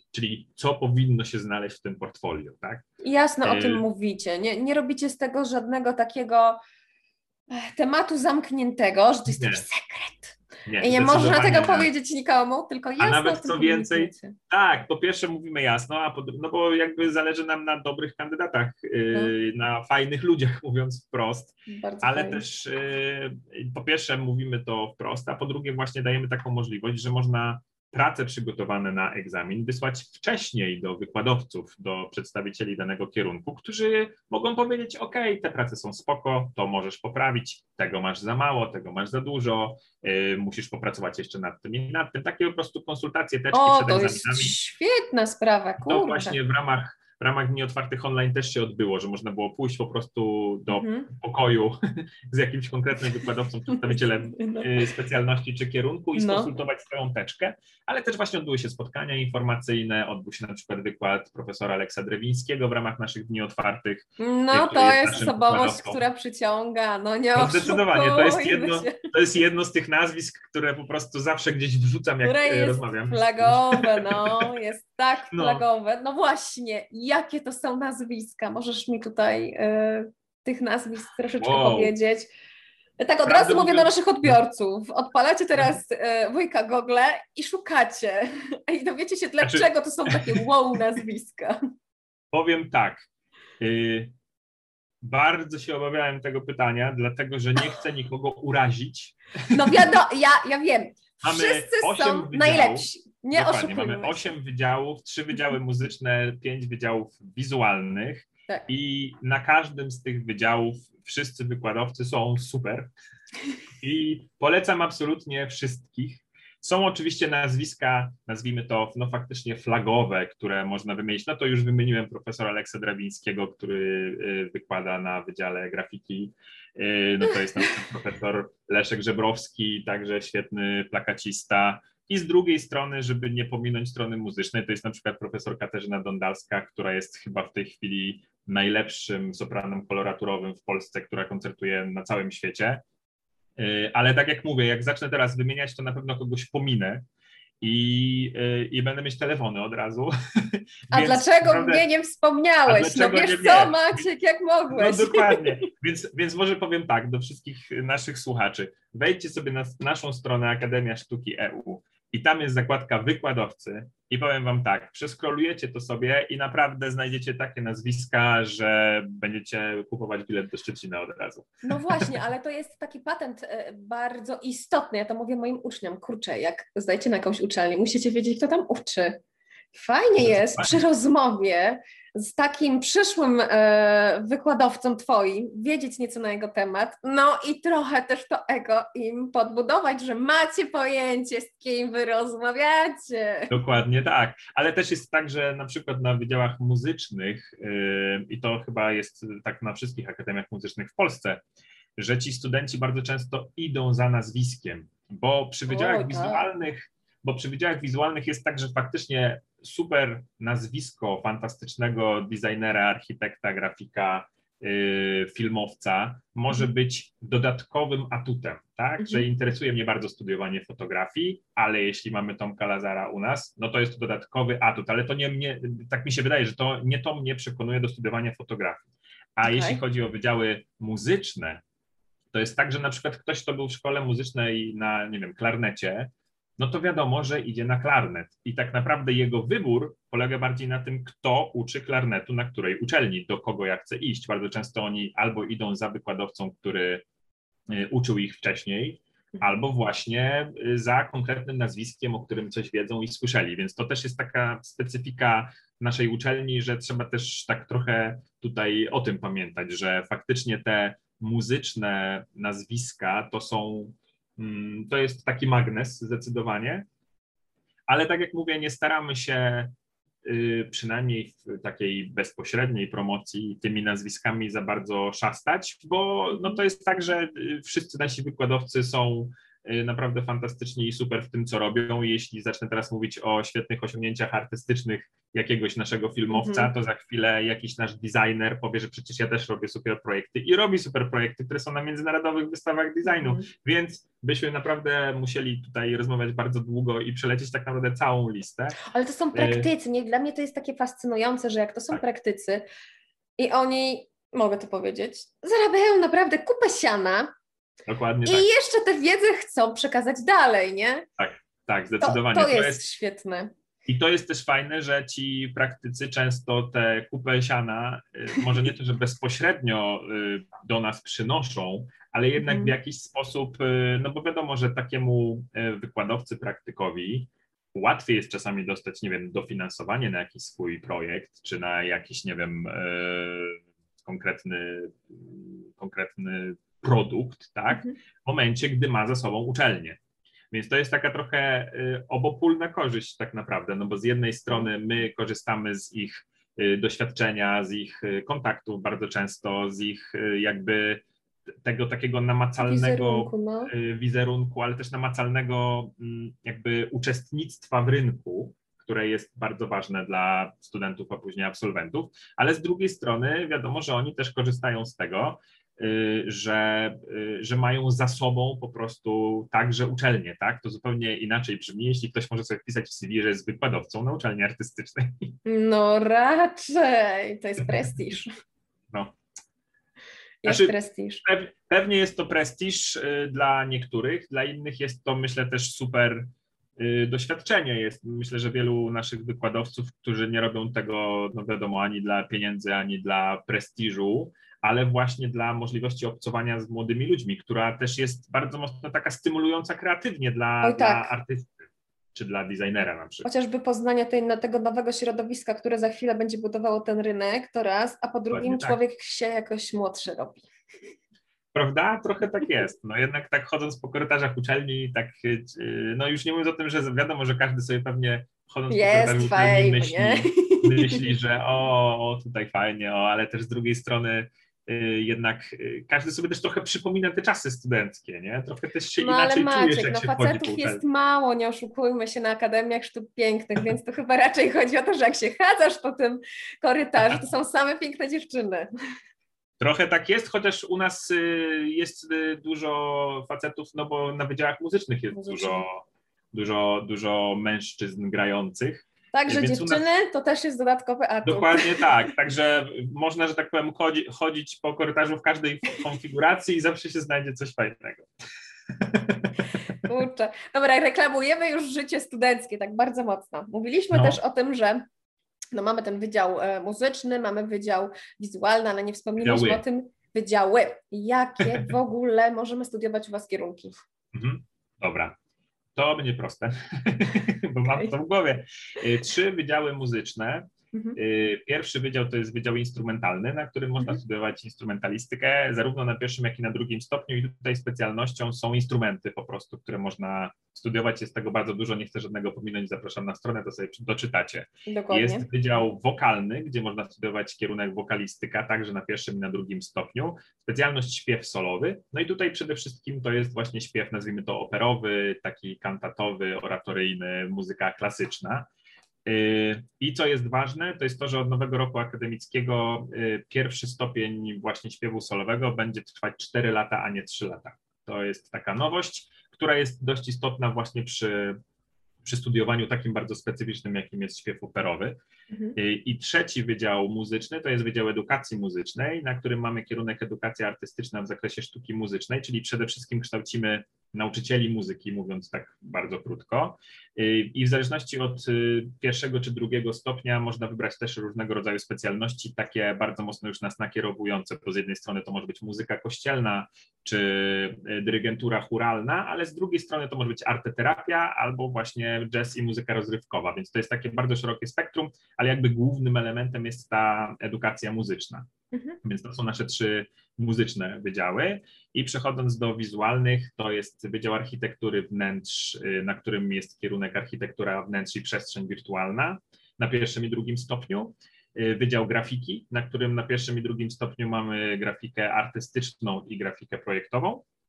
czyli co powinno się znaleźć w tym portfolio, tak? Jasno o y- tym mówicie. Nie, nie robicie z tego żadnego takiego tematu zamkniętego, że to jest Nie. taki sekret. Nie, I nie można tego nie. powiedzieć nikomu, tylko jasno A nawet o tym co więcej, komunikujecie. tak, po pierwsze mówimy jasno, a po, no bo jakby zależy nam na dobrych kandydatach, yy, No. na fajnych ludziach, mówiąc wprost, Bardzo ale fajnie. też yy, po pierwsze mówimy to wprost, a po drugie właśnie dajemy taką możliwość, że można prace przygotowane na egzamin wysłać wcześniej do wykładowców, do przedstawicieli danego kierunku, którzy mogą powiedzieć, ok, te prace są spoko, to możesz poprawić, tego masz za mało, tego masz za dużo, yy, musisz popracować jeszcze nad tym i nad tym. Takie po prostu konsultacje, teczki O, przed to egzaminami. jest świetna sprawa, To kurczę. właśnie w ramach w ramach Dni Otwartych Online też się odbyło, że można było pójść po prostu do mhm. pokoju z jakimś konkretnym wykładowcą, przedstawicielem no. specjalności czy kierunku i skonsultować no. swoją teczkę, ale też właśnie odbyły się spotkania informacyjne, odbył się na przykład wykład profesora Aleksa Drewińskiego w ramach naszych Dni Otwartych. No to jest, jest osobowość, która przyciąga, no nie no zdecydowanie, to jest, jedno, to jest jedno z tych nazwisk, które po prostu zawsze gdzieś wrzucam, jak które rozmawiam. Jest flagowe, no, jest tak flagowe. No. no właśnie, jakie to są nazwiska? Możesz mi tutaj y, tych nazwisk troszeczkę wow. powiedzieć? Tak od Prawdę razu mówię do naszych odbiorców. Odpalacie teraz y, wujka Google i szukacie. I dowiecie się, dlaczego znaczy... to są takie wow nazwiska. Powiem tak. Y, bardzo się obawiałem tego pytania, dlatego że nie chcę nikogo urazić. No wiadomo, ja, ja wiem. Mamy Wszyscy są wydziałów, najlepsi. Nie dokładnie, oszukujmy mamy osiem wydziałów, trzy wydziały muzyczne, pięć wydziałów wizualnych tak. i na każdym z tych wydziałów wszyscy wykładowcy są super i polecam absolutnie wszystkich. Są oczywiście nazwiska, nazwijmy to no faktycznie flagowe, które można wymienić. No to już wymieniłem profesora Aleksa Drewińskiego, który wykłada na Wydziale Grafiki. No to jest na przykład profesor Leszek Żebrowski, także świetny plakacista. I z drugiej strony, żeby nie pominąć strony muzycznej, to jest na przykład profesor Katarzyna Dondalska, która jest chyba w tej chwili najlepszym sopranem koloraturowym w Polsce, która koncertuje na całym świecie. Ale tak jak mówię, jak zacznę teraz wymieniać, to na pewno kogoś pominę i, i będę mieć telefony od razu. A Więc dlaczego naprawdę, mnie nie wspomniałeś? No wiesz nie, co, Maciek, jak mogłeś? No dokładnie. Więc, więc może powiem tak do wszystkich naszych słuchaczy. Wejdźcie sobie na naszą stronę Akademia Sztuki kropka e u i tam jest zakładka wykładowcy i powiem wam tak, przeskrolujecie to sobie i naprawdę znajdziecie takie nazwiska, że będziecie kupować bilet do Szczecina od razu. No właśnie, ale to jest taki patent bardzo istotny, ja to mówię moim uczniom, kurczę, jak zdajcie na jakąś uczelnię, musicie wiedzieć, kto tam uczy. Fajnie jest przy rozmowie z takim przyszłym e, wykładowcą twoim, wiedzieć nieco na jego temat, no i trochę też to ego im podbudować, że macie pojęcie, z kim wy rozmawiacie. Dokładnie tak, ale też jest tak, że na przykład na wydziałach muzycznych yy, i to chyba jest tak na wszystkich akademiach muzycznych w Polsce, że ci studenci bardzo często idą za nazwiskiem, bo przy wydziałach o, tak. wizualnych bo przy wydziałach wizualnych jest tak, że faktycznie super nazwisko fantastycznego designera, architekta, grafika, yy, filmowca może mm. być dodatkowym atutem, tak? Mm. Że interesuje mnie bardzo studiowanie fotografii, ale jeśli mamy Tomka Lazara u nas, no to jest to dodatkowy atut, ale to nie mnie, tak mi się wydaje, że to nie to mnie przekonuje do studiowania fotografii. A okay. jeśli chodzi o wydziały muzyczne, to jest tak, że na przykład ktoś, kto był w szkole muzycznej na, nie wiem, klarnecie, no to wiadomo, że idzie na klarnet i tak naprawdę jego wybór polega bardziej na tym, kto uczy klarnetu, na której uczelni, do kogo ja chcę iść. Bardzo często oni albo idą za wykładowcą, który uczył ich wcześniej, albo właśnie za konkretnym nazwiskiem, o którym coś wiedzą i słyszeli, więc to też jest taka specyfika naszej uczelni, że trzeba też tak trochę tutaj o tym pamiętać, że faktycznie te muzyczne nazwiska to są To jest taki magnes zdecydowanie, ale tak jak mówię, nie staramy się przynajmniej w takiej bezpośredniej promocji tymi nazwiskami za bardzo szastać, bo no to jest tak, że wszyscy nasi wykładowcy są naprawdę fantastycznie i super w tym, co robią. Jeśli zacznę teraz mówić o świetnych osiągnięciach artystycznych jakiegoś naszego filmowca, mm-hmm. to za chwilę jakiś nasz designer powie, że przecież ja też robię super projekty i robi super projekty, które są na międzynarodowych wystawach designu, mm-hmm. więc byśmy naprawdę musieli tutaj rozmawiać bardzo długo i przelecieć tak naprawdę całą listę. Ale to są praktycy, nie? Dla mnie to jest takie fascynujące, że jak to są tak. praktycy i oni, mogę to powiedzieć, zarabiają naprawdę kupę siana. Dokładnie I tak. jeszcze tę wiedzę chcą przekazać dalej, nie? Tak, tak, zdecydowanie. To, to, jest, to jest świetne. I to jest też fajne, że ci praktycy często te kupę siana, może nie to, że bezpośrednio do nas przynoszą, ale jednak mm. w jakiś sposób, no bo wiadomo, że takiemu wykładowcy, praktykowi łatwiej jest czasami dostać, nie wiem, dofinansowanie na jakiś swój projekt, czy na jakiś, nie wiem, konkretny, konkretny produkt, tak, w momencie, gdy ma za sobą uczelnię. Więc to jest taka trochę obopólna korzyść tak naprawdę, no bo z jednej strony my korzystamy z ich doświadczenia, z ich kontaktów bardzo często, z ich jakby tego takiego namacalnego wizerunku, no. wizerunku, ale też namacalnego jakby uczestnictwa w rynku, które jest bardzo ważne dla studentów, a później absolwentów, ale z drugiej strony wiadomo, że oni też korzystają z tego, że, że mają za sobą po prostu także uczelnię, tak? To zupełnie inaczej brzmi, jeśli ktoś może sobie wpisać w C V, że jest wykładowcą na uczelni artystycznej. No raczej, to jest prestiż. No. Jest znaczy, prestiż. Pewnie jest to prestiż dla niektórych, dla innych jest to, myślę, też super doświadczenie. Jest, myślę, że wielu naszych wykładowców, którzy nie robią tego, no wiadomo, ani dla pieniędzy, ani dla prestiżu, ale właśnie dla możliwości obcowania z młodymi ludźmi, która też jest bardzo mocno taka stymulująca kreatywnie dla, Oj, tak. dla artysty czy dla designera na przykład. Chociażby poznania tej, tego nowego środowiska, które za chwilę będzie budowało ten rynek, to raz, a po drugim Właśnie człowiek tak. się jakoś młodszy robi. Prawda? Trochę tak jest. No jednak tak chodząc po korytarzach uczelni, tak, no już nie mówiąc o tym, że wiadomo, że każdy sobie pewnie chodząc jest po korytarzach fame, uczelni myśli, nie? myśli, że o, o, tutaj fajnie, o, ale też z drugiej strony jednak każdy sobie też trochę przypomina te czasy studenckie, nie? Trochę też się no, inaczej ale czujesz, Maciek, jak no się facetów chodzi po jest mało, nie oszukujmy się, na Akademiach Sztuk Pięknych, więc to chyba raczej chodzi o to, że jak się chadzasz po tym korytarzu, to są same piękne dziewczyny. Trochę tak jest, chociaż u nas jest dużo facetów, no bo na wydziałach muzycznych jest Muzycznie. dużo, dużo, dużo mężczyzn grających. Także Więc dziewczyny nas... to też jest dodatkowy atut. Dokładnie tak, także można, że tak powiem, chodzi, chodzić po korytarzu w każdej konfiguracji i zawsze się znajdzie coś fajnego. Kurczę. Dobra, reklamujemy już życie studenckie tak bardzo mocno. Mówiliśmy no. też o tym, że no mamy ten wydział muzyczny, mamy wydział wizualny, ale nie wspomnieliśmy Wydziały. o tym wydziały. Jakie w ogóle możemy studiować u Was kierunki? Mhm. Dobra. To będzie proste, bo mam to w głowie. Trzy wydziały muzyczne. Mhm. Pierwszy wydział to jest wydział instrumentalny, na którym można mhm. studiować instrumentalistykę, zarówno na pierwszym, jak i na drugim stopniu i tutaj specjalnością są instrumenty po prostu, które można studiować. Jest tego bardzo dużo, nie chcę żadnego pominąć, zapraszam na stronę, to sobie doczytacie. Dokładnie. Jest wydział wokalny, gdzie można studiować kierunek wokalistyka, także na pierwszym i na drugim stopniu. Specjalność śpiew solowy, no i tutaj przede wszystkim to jest właśnie śpiew, nazwijmy to operowy, taki kantatowy, oratoryjny, muzyka klasyczna. I co jest ważne, to jest to, że od nowego roku akademickiego pierwszy stopień właśnie śpiewu solowego będzie trwać cztery lata, a nie trzy lata. To jest taka nowość, która jest dość istotna właśnie przy, przy studiowaniu takim bardzo specyficznym, jakim jest śpiew operowy. Mhm. I trzeci wydział muzyczny to jest Wydział Edukacji Muzycznej, na którym mamy kierunek edukacja artystyczna w zakresie sztuki muzycznej, czyli przede wszystkim kształcimy nauczycieli muzyki, mówiąc tak bardzo krótko. I w zależności od pierwszego czy drugiego stopnia można wybrać też różnego rodzaju specjalności, takie bardzo mocno już nas nakierowujące, bo z jednej strony to może być muzyka kościelna czy dyrygentura chóralna, ale z drugiej strony to może być arteterapia albo właśnie jazz i muzyka rozrywkowa, więc to jest takie bardzo szerokie spektrum, ale jakby głównym elementem jest ta edukacja muzyczna. Mhm. Więc to są nasze trzy muzyczne wydziały i przechodząc do wizualnych, to jest Wydział Architektury Wnętrz, na którym jest kierunek architektura wnętrz i przestrzeń wirtualna na pierwszym i drugim stopniu. Wydział Grafiki, na którym na pierwszym i drugim stopniu mamy grafikę artystyczną i grafikę projektową.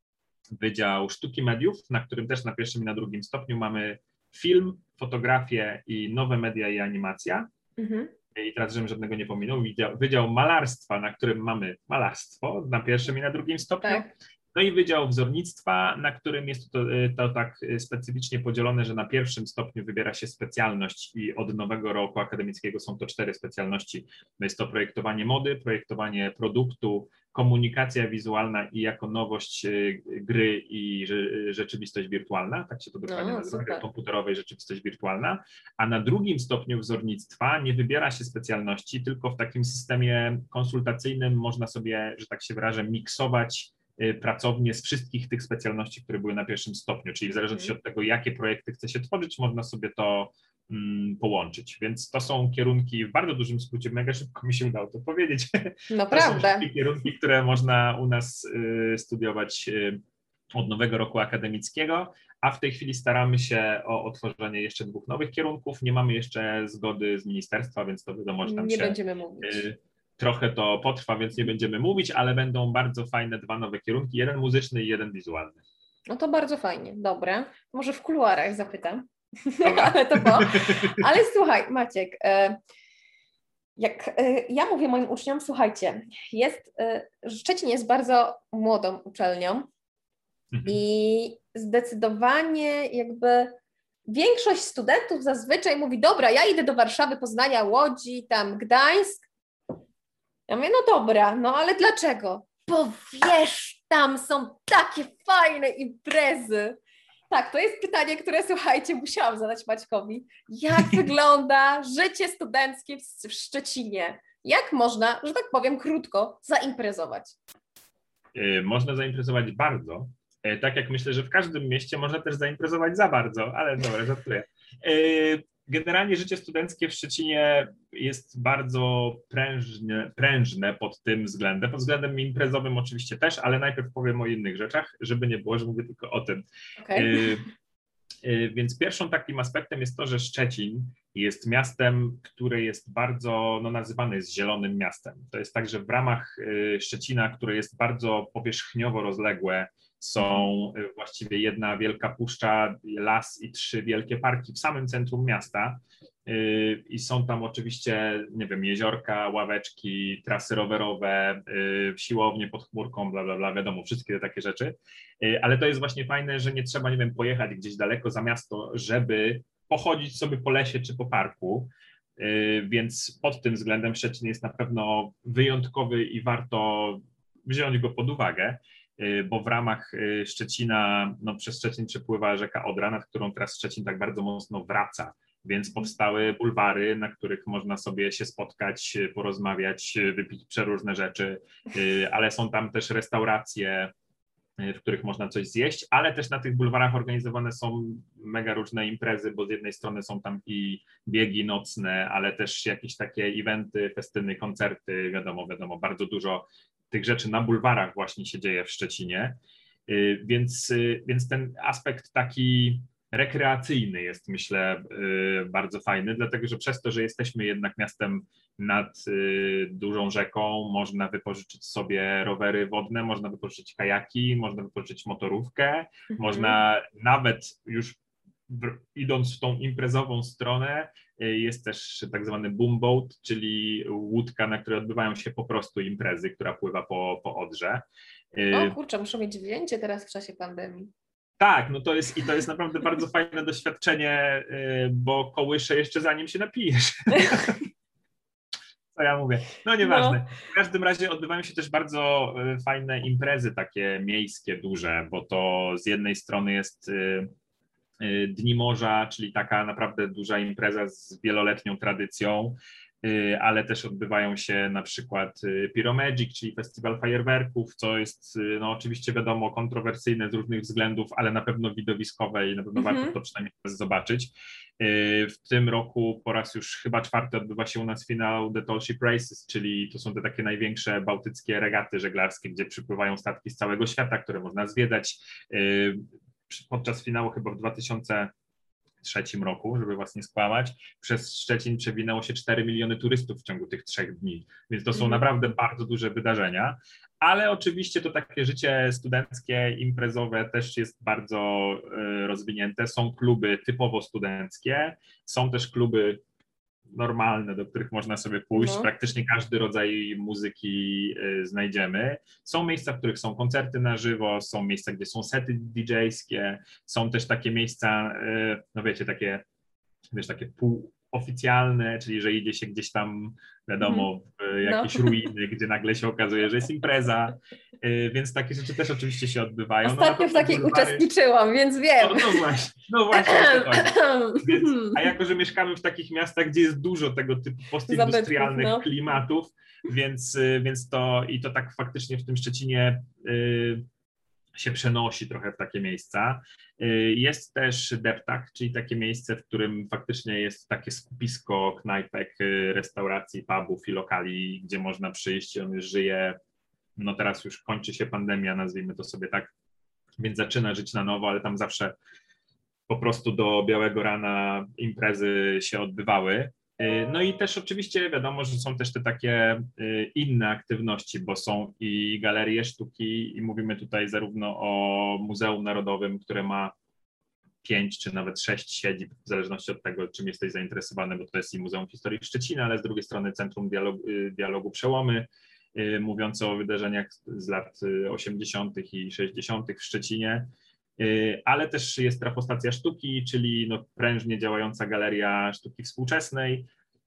Wydział Sztuki Mediów, na którym też na pierwszym i na drugim stopniu mamy film, fotografię i nowe media i animacja. Mhm. I teraz, żebym żadnego nie pominął, Wydział, Wydział Malarstwa, na którym mamy malarstwo na pierwszym i na drugim stopniu. Tak. No i Wydział Wzornictwa, na którym jest to, to tak specyficznie podzielone, że na pierwszym stopniu wybiera się specjalność i od nowego roku akademickiego są to cztery specjalności. Jest to projektowanie mody, projektowanie produktu, komunikacja wizualna i jako nowość gry i rzeczywistość wirtualna, tak się to dokładnie no, nazywa, gra komputerowa i rzeczywistość wirtualna, a na drugim stopniu wzornictwa nie wybiera się specjalności, tylko w takim systemie konsultacyjnym można sobie, że tak się wyrażę, miksować pracownie z wszystkich tych specjalności, które były na pierwszym stopniu, czyli w zależności od tego, jakie projekty chce się tworzyć, można sobie to mm, połączyć. Więc to są kierunki w bardzo dużym skrócie, mega szybko mi się udało to powiedzieć. No to prawda. są wszystkie kierunki, które można u nas y, studiować y, od nowego roku akademickiego, a w tej chwili staramy się o otworzenie jeszcze dwóch nowych kierunków. Nie mamy jeszcze zgody z ministerstwa, więc to wiadomo, że tam nie się... będziemy mówić. Y, Trochę to potrwa, więc nie będziemy mówić, ale będą bardzo fajne dwa nowe kierunki, jeden muzyczny i jeden wizualny. No to bardzo fajnie, dobra. Może w kuluarach zapytam, ale to po. Ale słuchaj, Maciek, jak ja mówię moim uczniom, słuchajcie, jest, Szczecin jest bardzo młodą uczelnią mhm. i zdecydowanie jakby większość studentów zazwyczaj mówi, dobra, ja idę do Warszawy, Poznania, Łodzi, tam Gdańsk. Ja mówię, no dobra, no ale dlaczego? Bo wiesz, tam są takie fajne imprezy. Tak, to jest pytanie, które, słuchajcie, musiałam zadać Maćkowi. Jak wygląda życie studenckie w Szczecinie? Jak można, że tak powiem krótko, zaimprezować? Można zaimprezować bardzo. Tak jak myślę, że w każdym mieście można też zaimprezować za bardzo, ale dobra, żartuję. Generalnie życie studenckie w Szczecinie jest bardzo prężne, prężne pod tym względem. Pod względem imprezowym oczywiście też, ale najpierw powiem o innych rzeczach, żeby nie było, że mówię tylko o tym. Okay. Y, y, więc pierwszym takim aspektem jest to, że Szczecin jest miastem, które jest bardzo, no nazywane jest zielonym miastem. To jest tak, że w ramach y, Szczecina, które jest bardzo powierzchniowo rozległe, są właściwie jedna wielka puszcza, las i trzy wielkie parki w samym centrum miasta i są tam oczywiście, nie wiem, jeziorka, ławeczki, trasy rowerowe, siłownie pod chmurką, bla, bla, bla, wiadomo, wszystkie takie rzeczy, ale to jest właśnie fajne, że nie trzeba, nie wiem, pojechać gdzieś daleko za miasto, żeby pochodzić sobie po lesie czy po parku, więc pod tym względem Szczecin jest na pewno wyjątkowy i warto wziąć go pod uwagę, bo w ramach Szczecina, no przez Szczecin przepływa rzeka Odra, nad którą teraz Szczecin tak bardzo mocno wraca, więc powstały bulwary, na których można sobie się spotkać, porozmawiać, wypić przeróżne rzeczy, ale są tam też restauracje, w których można coś zjeść, ale też na tych bulwarach organizowane są mega różne imprezy, bo z jednej strony są tam i biegi nocne, ale też jakieś takie eventy, festyny, koncerty, wiadomo, wiadomo, bardzo dużo tych rzeczy na bulwarach właśnie się dzieje w Szczecinie, więc, więc ten aspekt taki rekreacyjny jest, myślę, bardzo fajny, dlatego że przez to, że jesteśmy jednak miastem nad dużą rzeką, można wypożyczyć sobie rowery wodne, można wypożyczyć kajaki, można wypożyczyć motorówkę, mhm. można nawet już idąc w tą imprezową stronę, jest też tak zwany boomboat, czyli łódka, na której odbywają się po prostu imprezy, która pływa po, po Odrze. O kurczę, muszę mieć wzięcie teraz w czasie pandemii. Tak, no to jest i to jest naprawdę bardzo fajne doświadczenie, bo kołysze jeszcze zanim się napijesz. Co ja mówię? No nieważne. No. W każdym razie odbywają się też bardzo fajne imprezy takie miejskie, duże, bo to z jednej strony jest Dni Morza, czyli taka naprawdę duża impreza z wieloletnią tradycją, ale też odbywają się na przykład Pyromagic, czyli festiwal fajerwerków, co jest no oczywiście wiadomo kontrowersyjne z różnych względów, ale na pewno widowiskowe i na pewno mm-hmm. warto to przynajmniej zobaczyć. W tym roku po raz już chyba czwarty odbywa się u nas finał The Tall Ship Races, czyli to są te takie największe bałtyckie regaty żeglarskie, gdzie przypływają statki z całego świata, które można zwiedzać. Podczas finału chyba w dwa tysiące trzecim roku, żeby was nie skłamać. Przez Szczecin przewinęło się cztery miliony turystów w ciągu tych trzech dni, więc to są Mhm. naprawdę bardzo duże wydarzenia. Ale oczywiście to takie życie studenckie, imprezowe też jest bardzo y, rozwinięte. Są kluby typowo studenckie, są też kluby normalne, do których można sobie pójść. No. Praktycznie każdy rodzaj muzyki y, znajdziemy. Są miejsca, w których są koncerty na żywo, są miejsca, gdzie są sety didżejskie, są też takie miejsca, y, no wiecie, takie, wiesz, takie półoficjalne, czyli że idzie się gdzieś tam, wiadomo, w jakieś No. ruiny, gdzie nagle się okazuje, że jest impreza, y, więc takie rzeczy też oczywiście się odbywają. Ostatnio no w takiej bulwary... uczestniczyłam, więc wiem. No, no właśnie, no właśnie o to chodzi. Więc, a jako, że mieszkamy w takich miastach, gdzie jest dużo tego typu postindustrialnych Zabytków, no. klimatów, więc, więc to i to tak faktycznie w tym Szczecinie y, się przenosi trochę w takie miejsca. Y, jest też deptak, czyli takie miejsce, w którym faktycznie jest takie skupisko knajpek, y, restauracji, pubów i lokali, gdzie można przyjść i on już żyje. No teraz już kończy się pandemia, nazwijmy to sobie tak, więc zaczyna żyć na nowo, ale tam zawsze po prostu do białego rana imprezy się odbywały. No i też oczywiście wiadomo, że są też te takie inne aktywności, bo są i galerie sztuki i mówimy tutaj zarówno o Muzeum Narodowym, które ma pięć czy nawet sześć siedzib, w zależności od tego, czym jesteś zainteresowany, bo to jest i Muzeum Historii Szczecina, ale z drugiej strony Centrum Dialogu, Dialogu Przełomy, mówiące o wydarzeniach z lat osiemdziesiątych i sześćdziesiątych w Szczecinie, ale też jest Trafostacja Sztuki, czyli no prężnie działająca galeria sztuki współczesnej,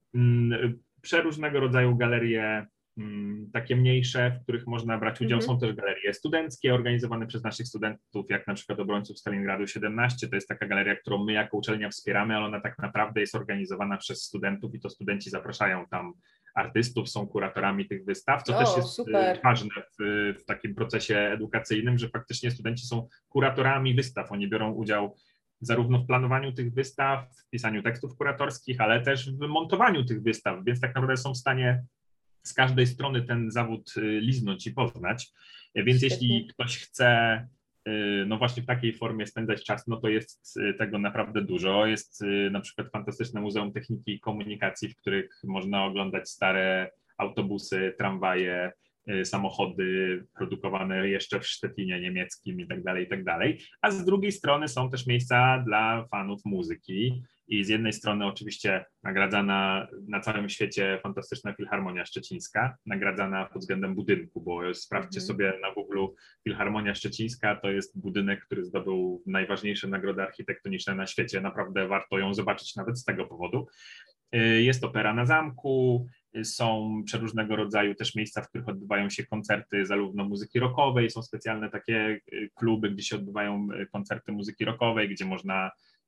przeróżnego rodzaju galerie takie mniejsze, w których można brać udział. Mhm. Są też galerie studenckie organizowane przez naszych studentów, jak na przykład Obrońców Stalingradu siedemnaście. To jest taka galeria, którą my jako uczelnia wspieramy, ale ona tak naprawdę jest organizowana przez studentów i to studenci zapraszają tam artystów, są kuratorami tych wystaw, co O, też jest super. ważne w, w takim procesie edukacyjnym, że faktycznie studenci są kuratorami wystaw. Oni biorą udział zarówno w planowaniu tych wystaw, w pisaniu tekstów kuratorskich, ale też w montowaniu tych wystaw, więc tak naprawdę są w stanie z każdej strony ten zawód liznąć i poznać. Więc Świetnie. jeśli ktoś chce no właśnie w takiej formie spędzać czas, no to jest tego naprawdę dużo. Jest na przykład fantastyczne Muzeum Techniki i Komunikacji, w których można oglądać stare autobusy, tramwaje, samochody produkowane jeszcze w Szczecinie niemieckim i tak dalej, i tak dalej. A z drugiej strony są też miejsca dla fanów muzyki i z jednej strony oczywiście nagradzana na całym świecie fantastyczna Filharmonia Szczecińska, nagradzana pod względem budynku, bo sprawdźcie Mhm. sobie na Google Filharmonia Szczecińska, to jest budynek, który zdobył najważniejsze nagrody architektoniczne na świecie, naprawdę warto ją zobaczyć nawet z tego powodu. Jest opera na zamku, są przeróżnego rodzaju też miejsca, w których odbywają się koncerty zarówno muzyki rockowej, są specjalne takie kluby, gdzie się odbywają koncerty muzyki rockowej, gdzie można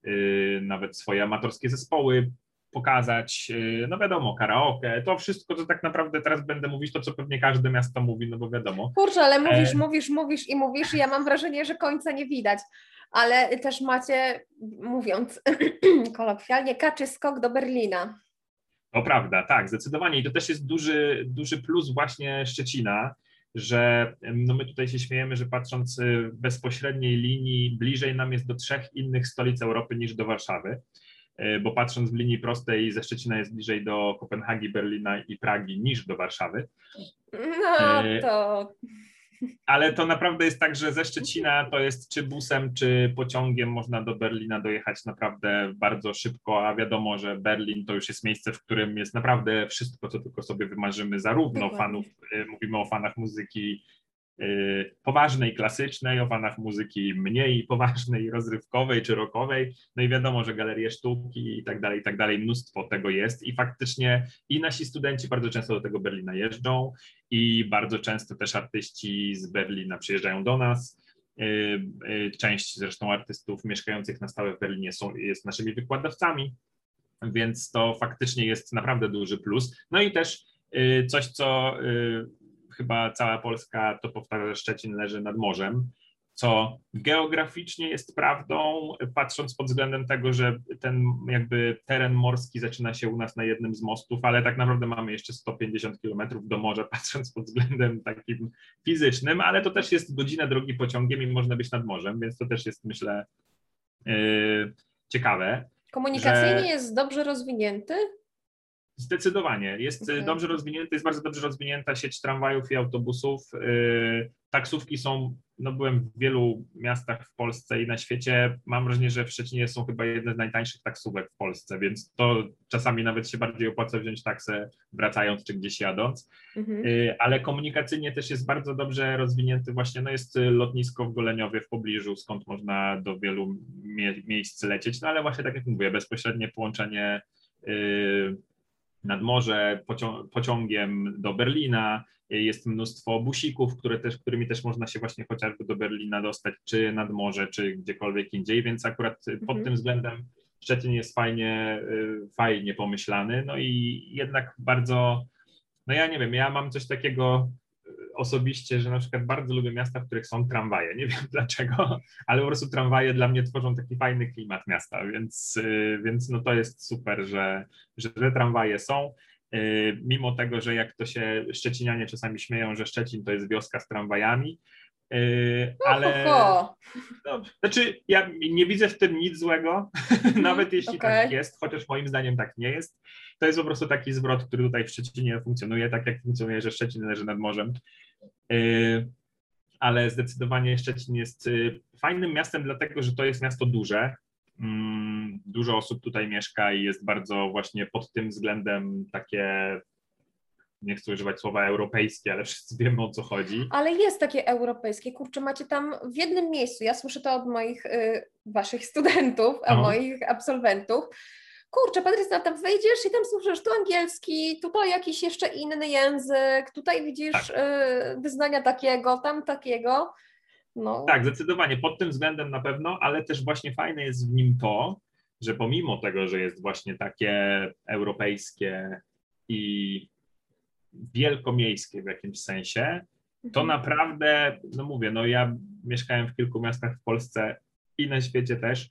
nawet swoje amatorskie zespoły pokazać, no wiadomo, karaoke, to wszystko, co tak naprawdę teraz będę mówić, to co pewnie każde miasto mówi, no bo wiadomo. Kurczę, ale mówisz, e... mówisz, mówisz i mówisz i ja mam wrażenie, że końca nie widać, ale też macie, mówiąc kolokwialnie, kaczy skok do Berlina. To prawda, tak, zdecydowanie i to też jest duży, duży plus właśnie Szczecina, że no my tutaj się śmiejemy, że patrząc w bezpośredniej linii bliżej nam jest do trzech innych stolic Europy niż do Warszawy, bo patrząc w linii prostej ze Szczecina jest bliżej do Kopenhagi, Berlina i Pragi niż do Warszawy. No to... Ale to naprawdę jest tak, że ze Szczecina to jest czy busem, czy pociągiem można do Berlina dojechać naprawdę bardzo szybko, a wiadomo, że Berlin to już jest miejsce, w którym jest naprawdę wszystko, co tylko sobie wymarzymy, zarówno Dokładnie. fanów, mówimy o fanach muzyki poważnej, klasycznej, o fanach muzyki mniej poważnej, rozrywkowej czy rockowej, no i wiadomo, że galerie sztuki i tak dalej, i tak dalej, mnóstwo tego jest i faktycznie i nasi studenci bardzo często do tego Berlina jeżdżą i bardzo często też artyści z Berlina przyjeżdżają do nas. Część zresztą artystów mieszkających na stałe w Berlinie są, jest naszymi wykładowcami, więc to faktycznie jest naprawdę duży plus. No i też coś, co chyba cała Polska to powtarza, że Szczecin leży nad morzem, co geograficznie jest prawdą, patrząc pod względem tego, że ten jakby teren morski zaczyna się u nas na jednym z mostów, ale tak naprawdę mamy jeszcze sto pięćdziesiąt kilometrów do morza, patrząc pod względem takim fizycznym, ale to też jest godzina drogi pociągiem i można być nad morzem, więc to też jest, myślę, yy, ciekawe. Komunikacyjnie że jest dobrze rozwinięty? zdecydowanie. Jest Okay. dobrze rozwinięty, jest bardzo dobrze rozwinięta sieć tramwajów i autobusów. Yy, taksówki są, no byłem w wielu miastach w Polsce i na świecie. Mam wrażenie, że w Szczecinie są chyba jedne z najtańszych taksówek w Polsce, więc to czasami nawet się bardziej opłaca wziąć taksę wracając czy gdzieś jadąc. Mhm. Yy, ale komunikacyjnie też jest bardzo dobrze rozwinięty właśnie, no jest lotnisko w Goleniowie w pobliżu, skąd można do wielu mie- miejsc lecieć, no ale właśnie tak jak mówię, bezpośrednie połączenie yy, nad morze, pocią pociągiem do Berlina, jest mnóstwo busików, które też, którymi też można się właśnie chociażby do Berlina dostać, czy nad morze, czy gdziekolwiek indziej, więc akurat pod Mhm. tym względem Szczecin jest fajnie, fajnie pomyślany, no i jednak bardzo, no ja nie wiem, ja mam coś takiego osobiście, że na przykład bardzo lubię miasta, w których są tramwaje. Nie wiem dlaczego, ale po prostu tramwaje dla mnie tworzą taki fajny klimat miasta, więc, więc no to jest super, że, że te tramwaje są. Mimo tego, że jak to się Szczecinianie czasami śmieją, że Szczecin to jest wioska z tramwajami, ale Oho. no, znaczy ja nie widzę w tym nic złego, nawet jeśli okay. tak jest, chociaż moim zdaniem tak nie jest. To jest po prostu taki zwrot, który tutaj w Szczecinie funkcjonuje, tak jak funkcjonuje, że Szczecin leży nad morzem. Ale zdecydowanie Szczecin jest fajnym miastem, dlatego że to jest miasto duże. Dużo osób tutaj mieszka i jest bardzo właśnie pod tym względem takie, nie chcę używać słowa europejskie, ale wszyscy wiemy, o co chodzi. Ale jest takie europejskie, kurczę, macie tam w jednym miejscu, ja słyszę to od moich, y, waszych studentów, a no. moich absolwentów. Kurczę, Patrycja, tam wejdziesz i tam słyszysz tu angielski, tutaj jakiś jeszcze inny język, tutaj widzisz tak. y, wyznania takiego, tam takiego. No. Tak, zdecydowanie, pod tym względem na pewno, ale też właśnie fajne jest w nim to, że pomimo tego, że jest właśnie takie europejskie i wielkomiejskie w jakimś sensie, to Mhm. naprawdę, no mówię, no ja mieszkałem w kilku miastach w Polsce i na świecie też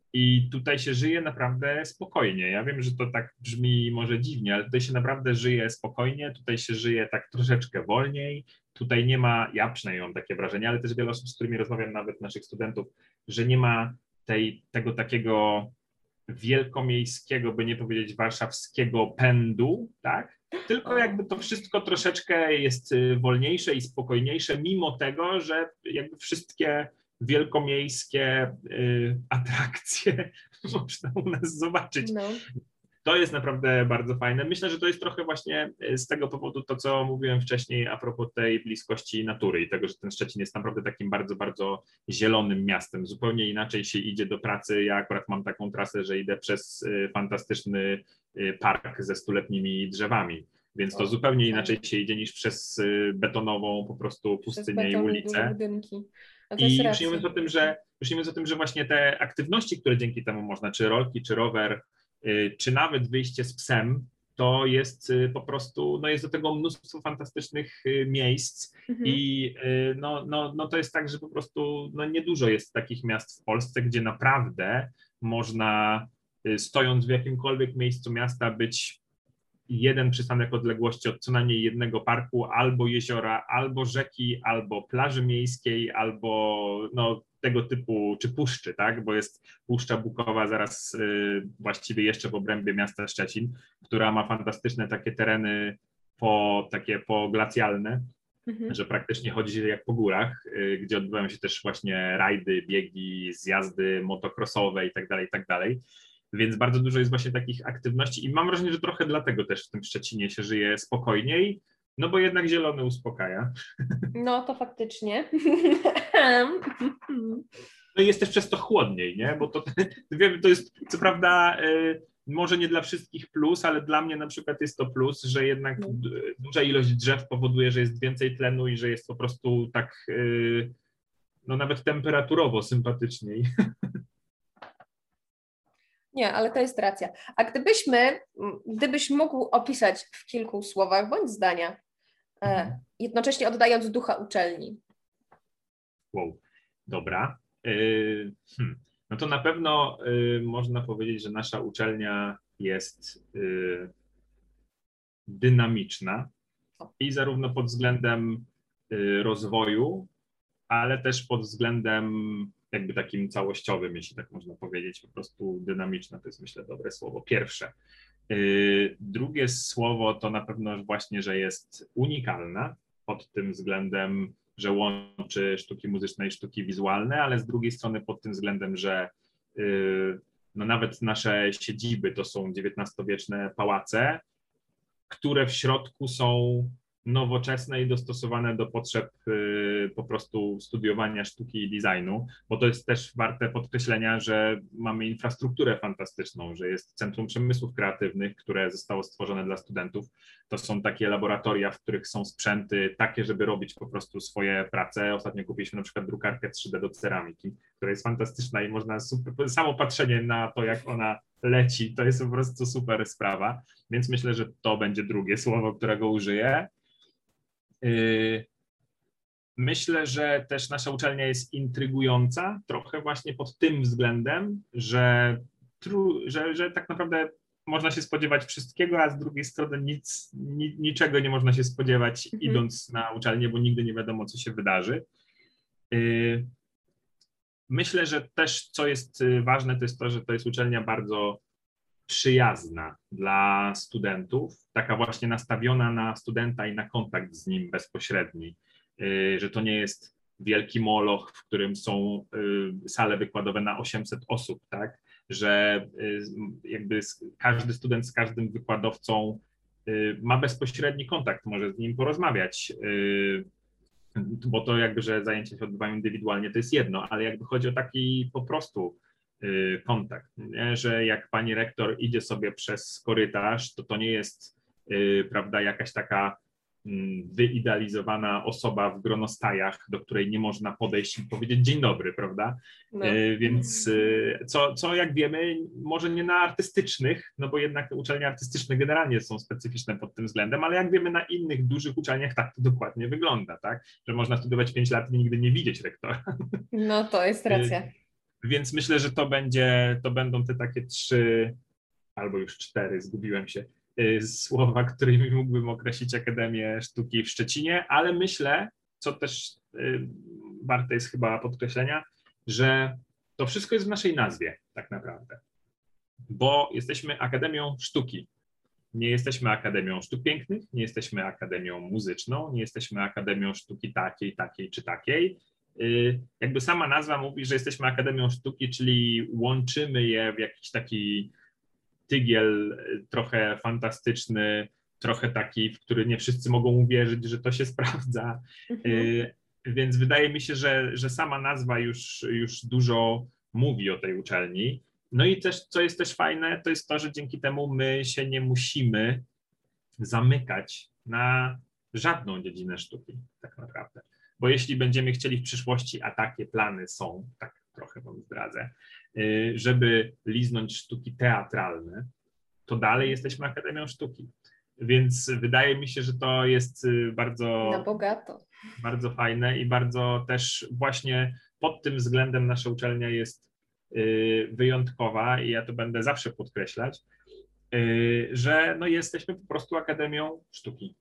i tutaj się żyje naprawdę spokojnie. Ja wiem, że to tak brzmi może dziwnie, ale tutaj się naprawdę żyje spokojnie, tutaj się żyje tak troszeczkę wolniej, tutaj nie ma, ja przynajmniej mam takie wrażenie, ale też wiele osób, z którymi rozmawiam, nawet naszych studentów, że nie ma tej, tego takiego wielkomiejskiego, by nie powiedzieć warszawskiego pędu, tak? Tylko jakby to wszystko troszeczkę jest wolniejsze i spokojniejsze, mimo tego, że jakby wszystkie wielkomiejskie y, atrakcje można u nas zobaczyć. No. To jest naprawdę bardzo fajne. Myślę, że to jest trochę właśnie z tego powodu to, co mówiłem wcześniej a propos tej bliskości natury i tego, że ten Szczecin jest naprawdę takim bardzo, bardzo zielonym miastem. Zupełnie inaczej się idzie do pracy. Ja akurat mam taką trasę, że idę przez fantastyczny park ze stuletnimi drzewami, więc to o, zupełnie inaczej się idzie niż przez betonową po prostu pustynię i ulicę. Budynki. I już nie mówiąc o tym, że już nie mówiąc o tym, że właśnie te aktywności, które dzięki temu można, czy rolki, czy rower, czy nawet wyjście z psem, to jest po prostu, no jest do tego mnóstwo fantastycznych miejsc mhm. i no, no, no to jest tak, że po prostu no niedużo jest takich miast w Polsce, gdzie naprawdę można, stojąc w jakimkolwiek miejscu miasta, być jeden przystanek odległości od co najmniej jednego parku, albo jeziora, albo rzeki, albo plaży miejskiej, albo no, tego typu, czy puszczy, tak? Bo jest Puszcza Bukowa zaraz y, właściwie jeszcze w obrębie miasta Szczecin, która ma fantastyczne takie tereny po, takie poglacjalne, mhm. że praktycznie chodzi się jak po górach, y, gdzie odbywają się też właśnie rajdy, biegi, zjazdy motocrossowe i tak dalej, i tak dalej. Więc bardzo dużo jest właśnie takich aktywności i mam wrażenie, że trochę dlatego też w tym Szczecinie się żyje spokojniej, no bo jednak zielony uspokaja. No to faktycznie. No i jest też przez to chłodniej, nie? Bo to, wiem, to jest co prawda y, może nie dla wszystkich plus, ale dla mnie na przykład jest to plus, że jednak no. duża ilość drzew powoduje, że jest więcej tlenu i że jest po prostu tak y, no nawet temperaturowo sympatyczniej. Nie, ale to jest racja. A gdybyśmy, gdybyś mógł opisać w kilku słowach bądź zdania, mhm. e, jednocześnie oddając ducha uczelni. Wow, dobra. Yy, hmm. No to na pewno yy, można powiedzieć, że nasza uczelnia jest yy, dynamiczna i zarówno pod względem yy, rozwoju, ale też pod względem jakby takim całościowym, jeśli tak można powiedzieć, po prostu dynamiczna, to jest myślę dobre słowo, pierwsze. Drugie słowo to na pewno właśnie, że jest unikalna pod tym względem, że łączy sztuki muzyczne i sztuki wizualne, ale z drugiej strony pod tym względem, że no nawet nasze siedziby to są dziewiętnastowieczne pałace, które w środku są nowoczesne i dostosowane do potrzeb y, po prostu studiowania sztuki i designu, bo to jest też warte podkreślenia, że mamy infrastrukturę fantastyczną, że jest Centrum Przemysłów Kreatywnych, które zostało stworzone dla studentów. To są takie laboratoria, w których są sprzęty takie, żeby robić po prostu swoje prace. Ostatnio kupiliśmy na przykład drukarkę trzy D do ceramiki, która jest fantastyczna i można super, samo patrzenie na to, jak ona leci, to jest po prostu super sprawa, więc myślę, że to będzie drugie słowo, którego użyję. Myślę, że też nasza uczelnia jest intrygująca trochę właśnie pod tym względem, że, tru, że, że tak naprawdę można się spodziewać wszystkiego, a z drugiej strony nic, ni, niczego nie można się spodziewać mhm. idąc na uczelnię, bo nigdy nie wiadomo, co się wydarzy. Myślę, że też co jest ważne, to jest to, że to jest uczelnia bardzo przyjazna dla studentów, taka właśnie nastawiona na studenta i na kontakt z nim bezpośredni, że to nie jest wielki moloch, w którym są sale wykładowe na osiemset osób, tak, że jakby każdy student z każdym wykładowcą ma bezpośredni kontakt, może z nim porozmawiać, bo to jakby, że zajęcia się odbywają indywidualnie, to jest jedno, ale jakby chodzi o taki po prostu kontakt, nie? Że jak pani rektor idzie sobie przez korytarz, to to nie jest, yy, prawda, jakaś taka yy, wyidealizowana osoba w gronostajach, do której nie można podejść i powiedzieć dzień dobry, prawda? No. Yy, więc yy, co, co jak wiemy, może nie na artystycznych, no bo jednak uczelnie artystyczne generalnie są specyficzne pod tym względem, ale jak wiemy na innych dużych uczelniach tak to dokładnie wygląda, tak? Że można studiować pięć lat i nigdy nie widzieć rektora. No to jest racja. Yy, Więc myślę, że to będzie, to będą te takie trzy, albo już cztery, zgubiłem się, słowa, którymi mógłbym określić Akademię Sztuki w Szczecinie, ale myślę, co też warte jest chyba podkreślenia, że to wszystko jest w naszej nazwie tak naprawdę, bo jesteśmy Akademią Sztuki. Nie jesteśmy Akademią Sztuk Pięknych, nie jesteśmy Akademią Muzyczną, nie jesteśmy Akademią Sztuki takiej, takiej czy takiej. Jakby sama nazwa mówi, że jesteśmy Akademią Sztuki, czyli łączymy je w jakiś taki tygiel trochę fantastyczny, trochę taki, w który nie wszyscy mogą uwierzyć, że to się sprawdza. Mhm. Więc wydaje mi się, że, że sama nazwa już, już dużo mówi o tej uczelni. No i też, co jest też fajne, to jest to, że dzięki temu my się nie musimy zamykać na żadną dziedzinę sztuki, tak naprawdę. Bo jeśli będziemy chcieli w przyszłości, a takie plany są, tak trochę wam zdradzę, żeby liznąć sztuki teatralne, to dalej jesteśmy Akademią Sztuki. Więc wydaje mi się, że to jest bardzo, na bogato. bardzo fajne i bardzo też właśnie pod tym względem nasza uczelnia jest wyjątkowa i ja to będę zawsze podkreślać, że no jesteśmy po prostu Akademią Sztuki.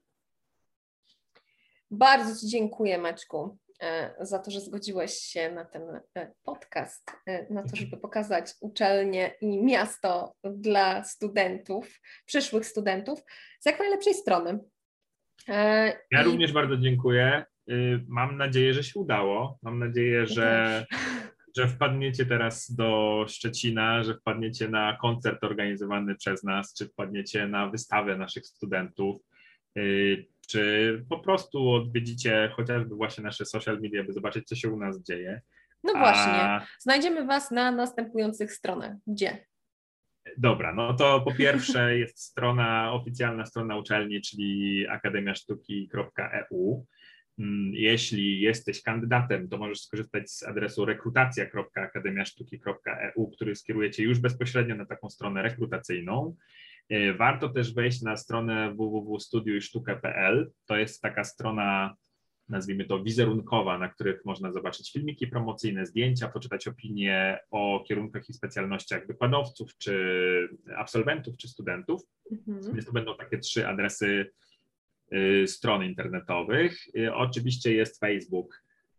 Bardzo Ci dziękuję, Maćku, za to, że zgodziłeś się na ten podcast, na to, żeby pokazać uczelnię i miasto dla studentów, przyszłych studentów z jak najlepszej strony. Ja I... również bardzo dziękuję. Mam nadzieję, że się udało. Mam nadzieję, że, że wpadniecie teraz do Szczecina, że wpadniecie na koncert organizowany przez nas, czy wpadniecie na wystawę naszych studentów, czy po prostu odwiedzicie chociażby właśnie nasze social media, by zobaczyć, co się u nas dzieje. No właśnie, A... znajdziemy Was na następujących stronach. Gdzie? Dobra, no to po pierwsze jest strona, oficjalna strona uczelni, czyli akademia sztuki kropka e u. Jeśli jesteś kandydatem, to możesz skorzystać z adresu rekrutacja kropka akademia sztuki kropka e u, który skieruje Cię już bezpośrednio na taką stronę rekrutacyjną. Warto też wejść na stronę w w w kropka studiuj sztukę kropka p l. To jest taka strona, nazwijmy to wizerunkowa, na których można zobaczyć filmiki promocyjne, zdjęcia, poczytać opinie o kierunkach i specjalnościach wykładowców, czy absolwentów, czy studentów. Mhm. Więc to będą takie trzy adresy y, stron internetowych. Y, oczywiście jest Facebook,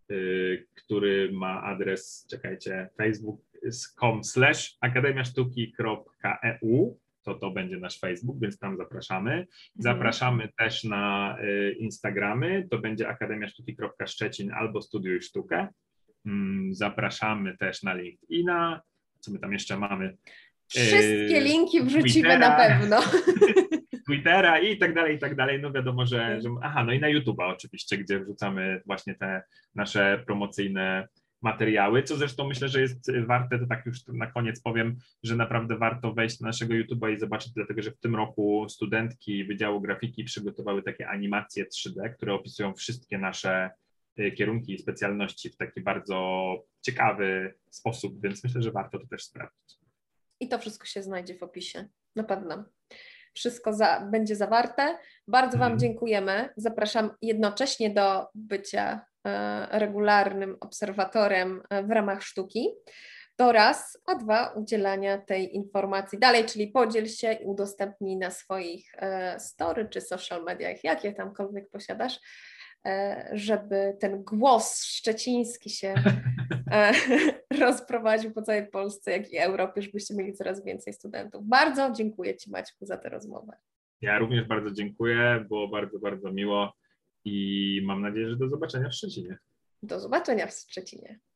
który ma adres, czekajcie, facebook kropka com slash akademia sztuki kropka e u. To to będzie nasz Facebook, więc tam zapraszamy. Zapraszamy mhm. też na Instagramy, to będzie akademia sztuki kropka szczecin albo Studiuj Sztukę. Zapraszamy też na LinkedIna. Co my tam jeszcze mamy? Wszystkie linki wrzucimy Twittera, na pewno. Twittera i tak dalej, i tak dalej. No wiadomo, że, że... Aha, no i na YouTube'a oczywiście, gdzie wrzucamy właśnie te nasze promocyjne materiały, co zresztą myślę, że jest warte, to tak już na koniec powiem, że naprawdę warto wejść na naszego YouTube'a i zobaczyć, dlatego że w tym roku studentki Wydziału Grafiki przygotowały takie animacje trzy D, które opisują wszystkie nasze kierunki i specjalności w taki bardzo ciekawy sposób, więc myślę, że warto to też sprawdzić. I to wszystko się znajdzie w opisie, na pewno. Wszystko za, będzie zawarte. Bardzo Wam mhm. dziękujemy. Zapraszam jednocześnie do bycia e, regularnym obserwatorem w ramach sztuki. To raz, a dwa, udzielania tej informacji dalej, czyli podziel się i udostępnij na swoich e, story czy social mediach, jakie tamkolwiek posiadasz, e, żeby ten głos szczeciński się e, rozprowadził po całej Polsce, jak i Europie, żebyście mieli coraz więcej studentów. Bardzo dziękuję Ci, Maćku, za tę rozmowę. Ja również bardzo dziękuję, było bardzo, bardzo miło i mam nadzieję, że do zobaczenia w Szczecinie. Do zobaczenia w Szczecinie.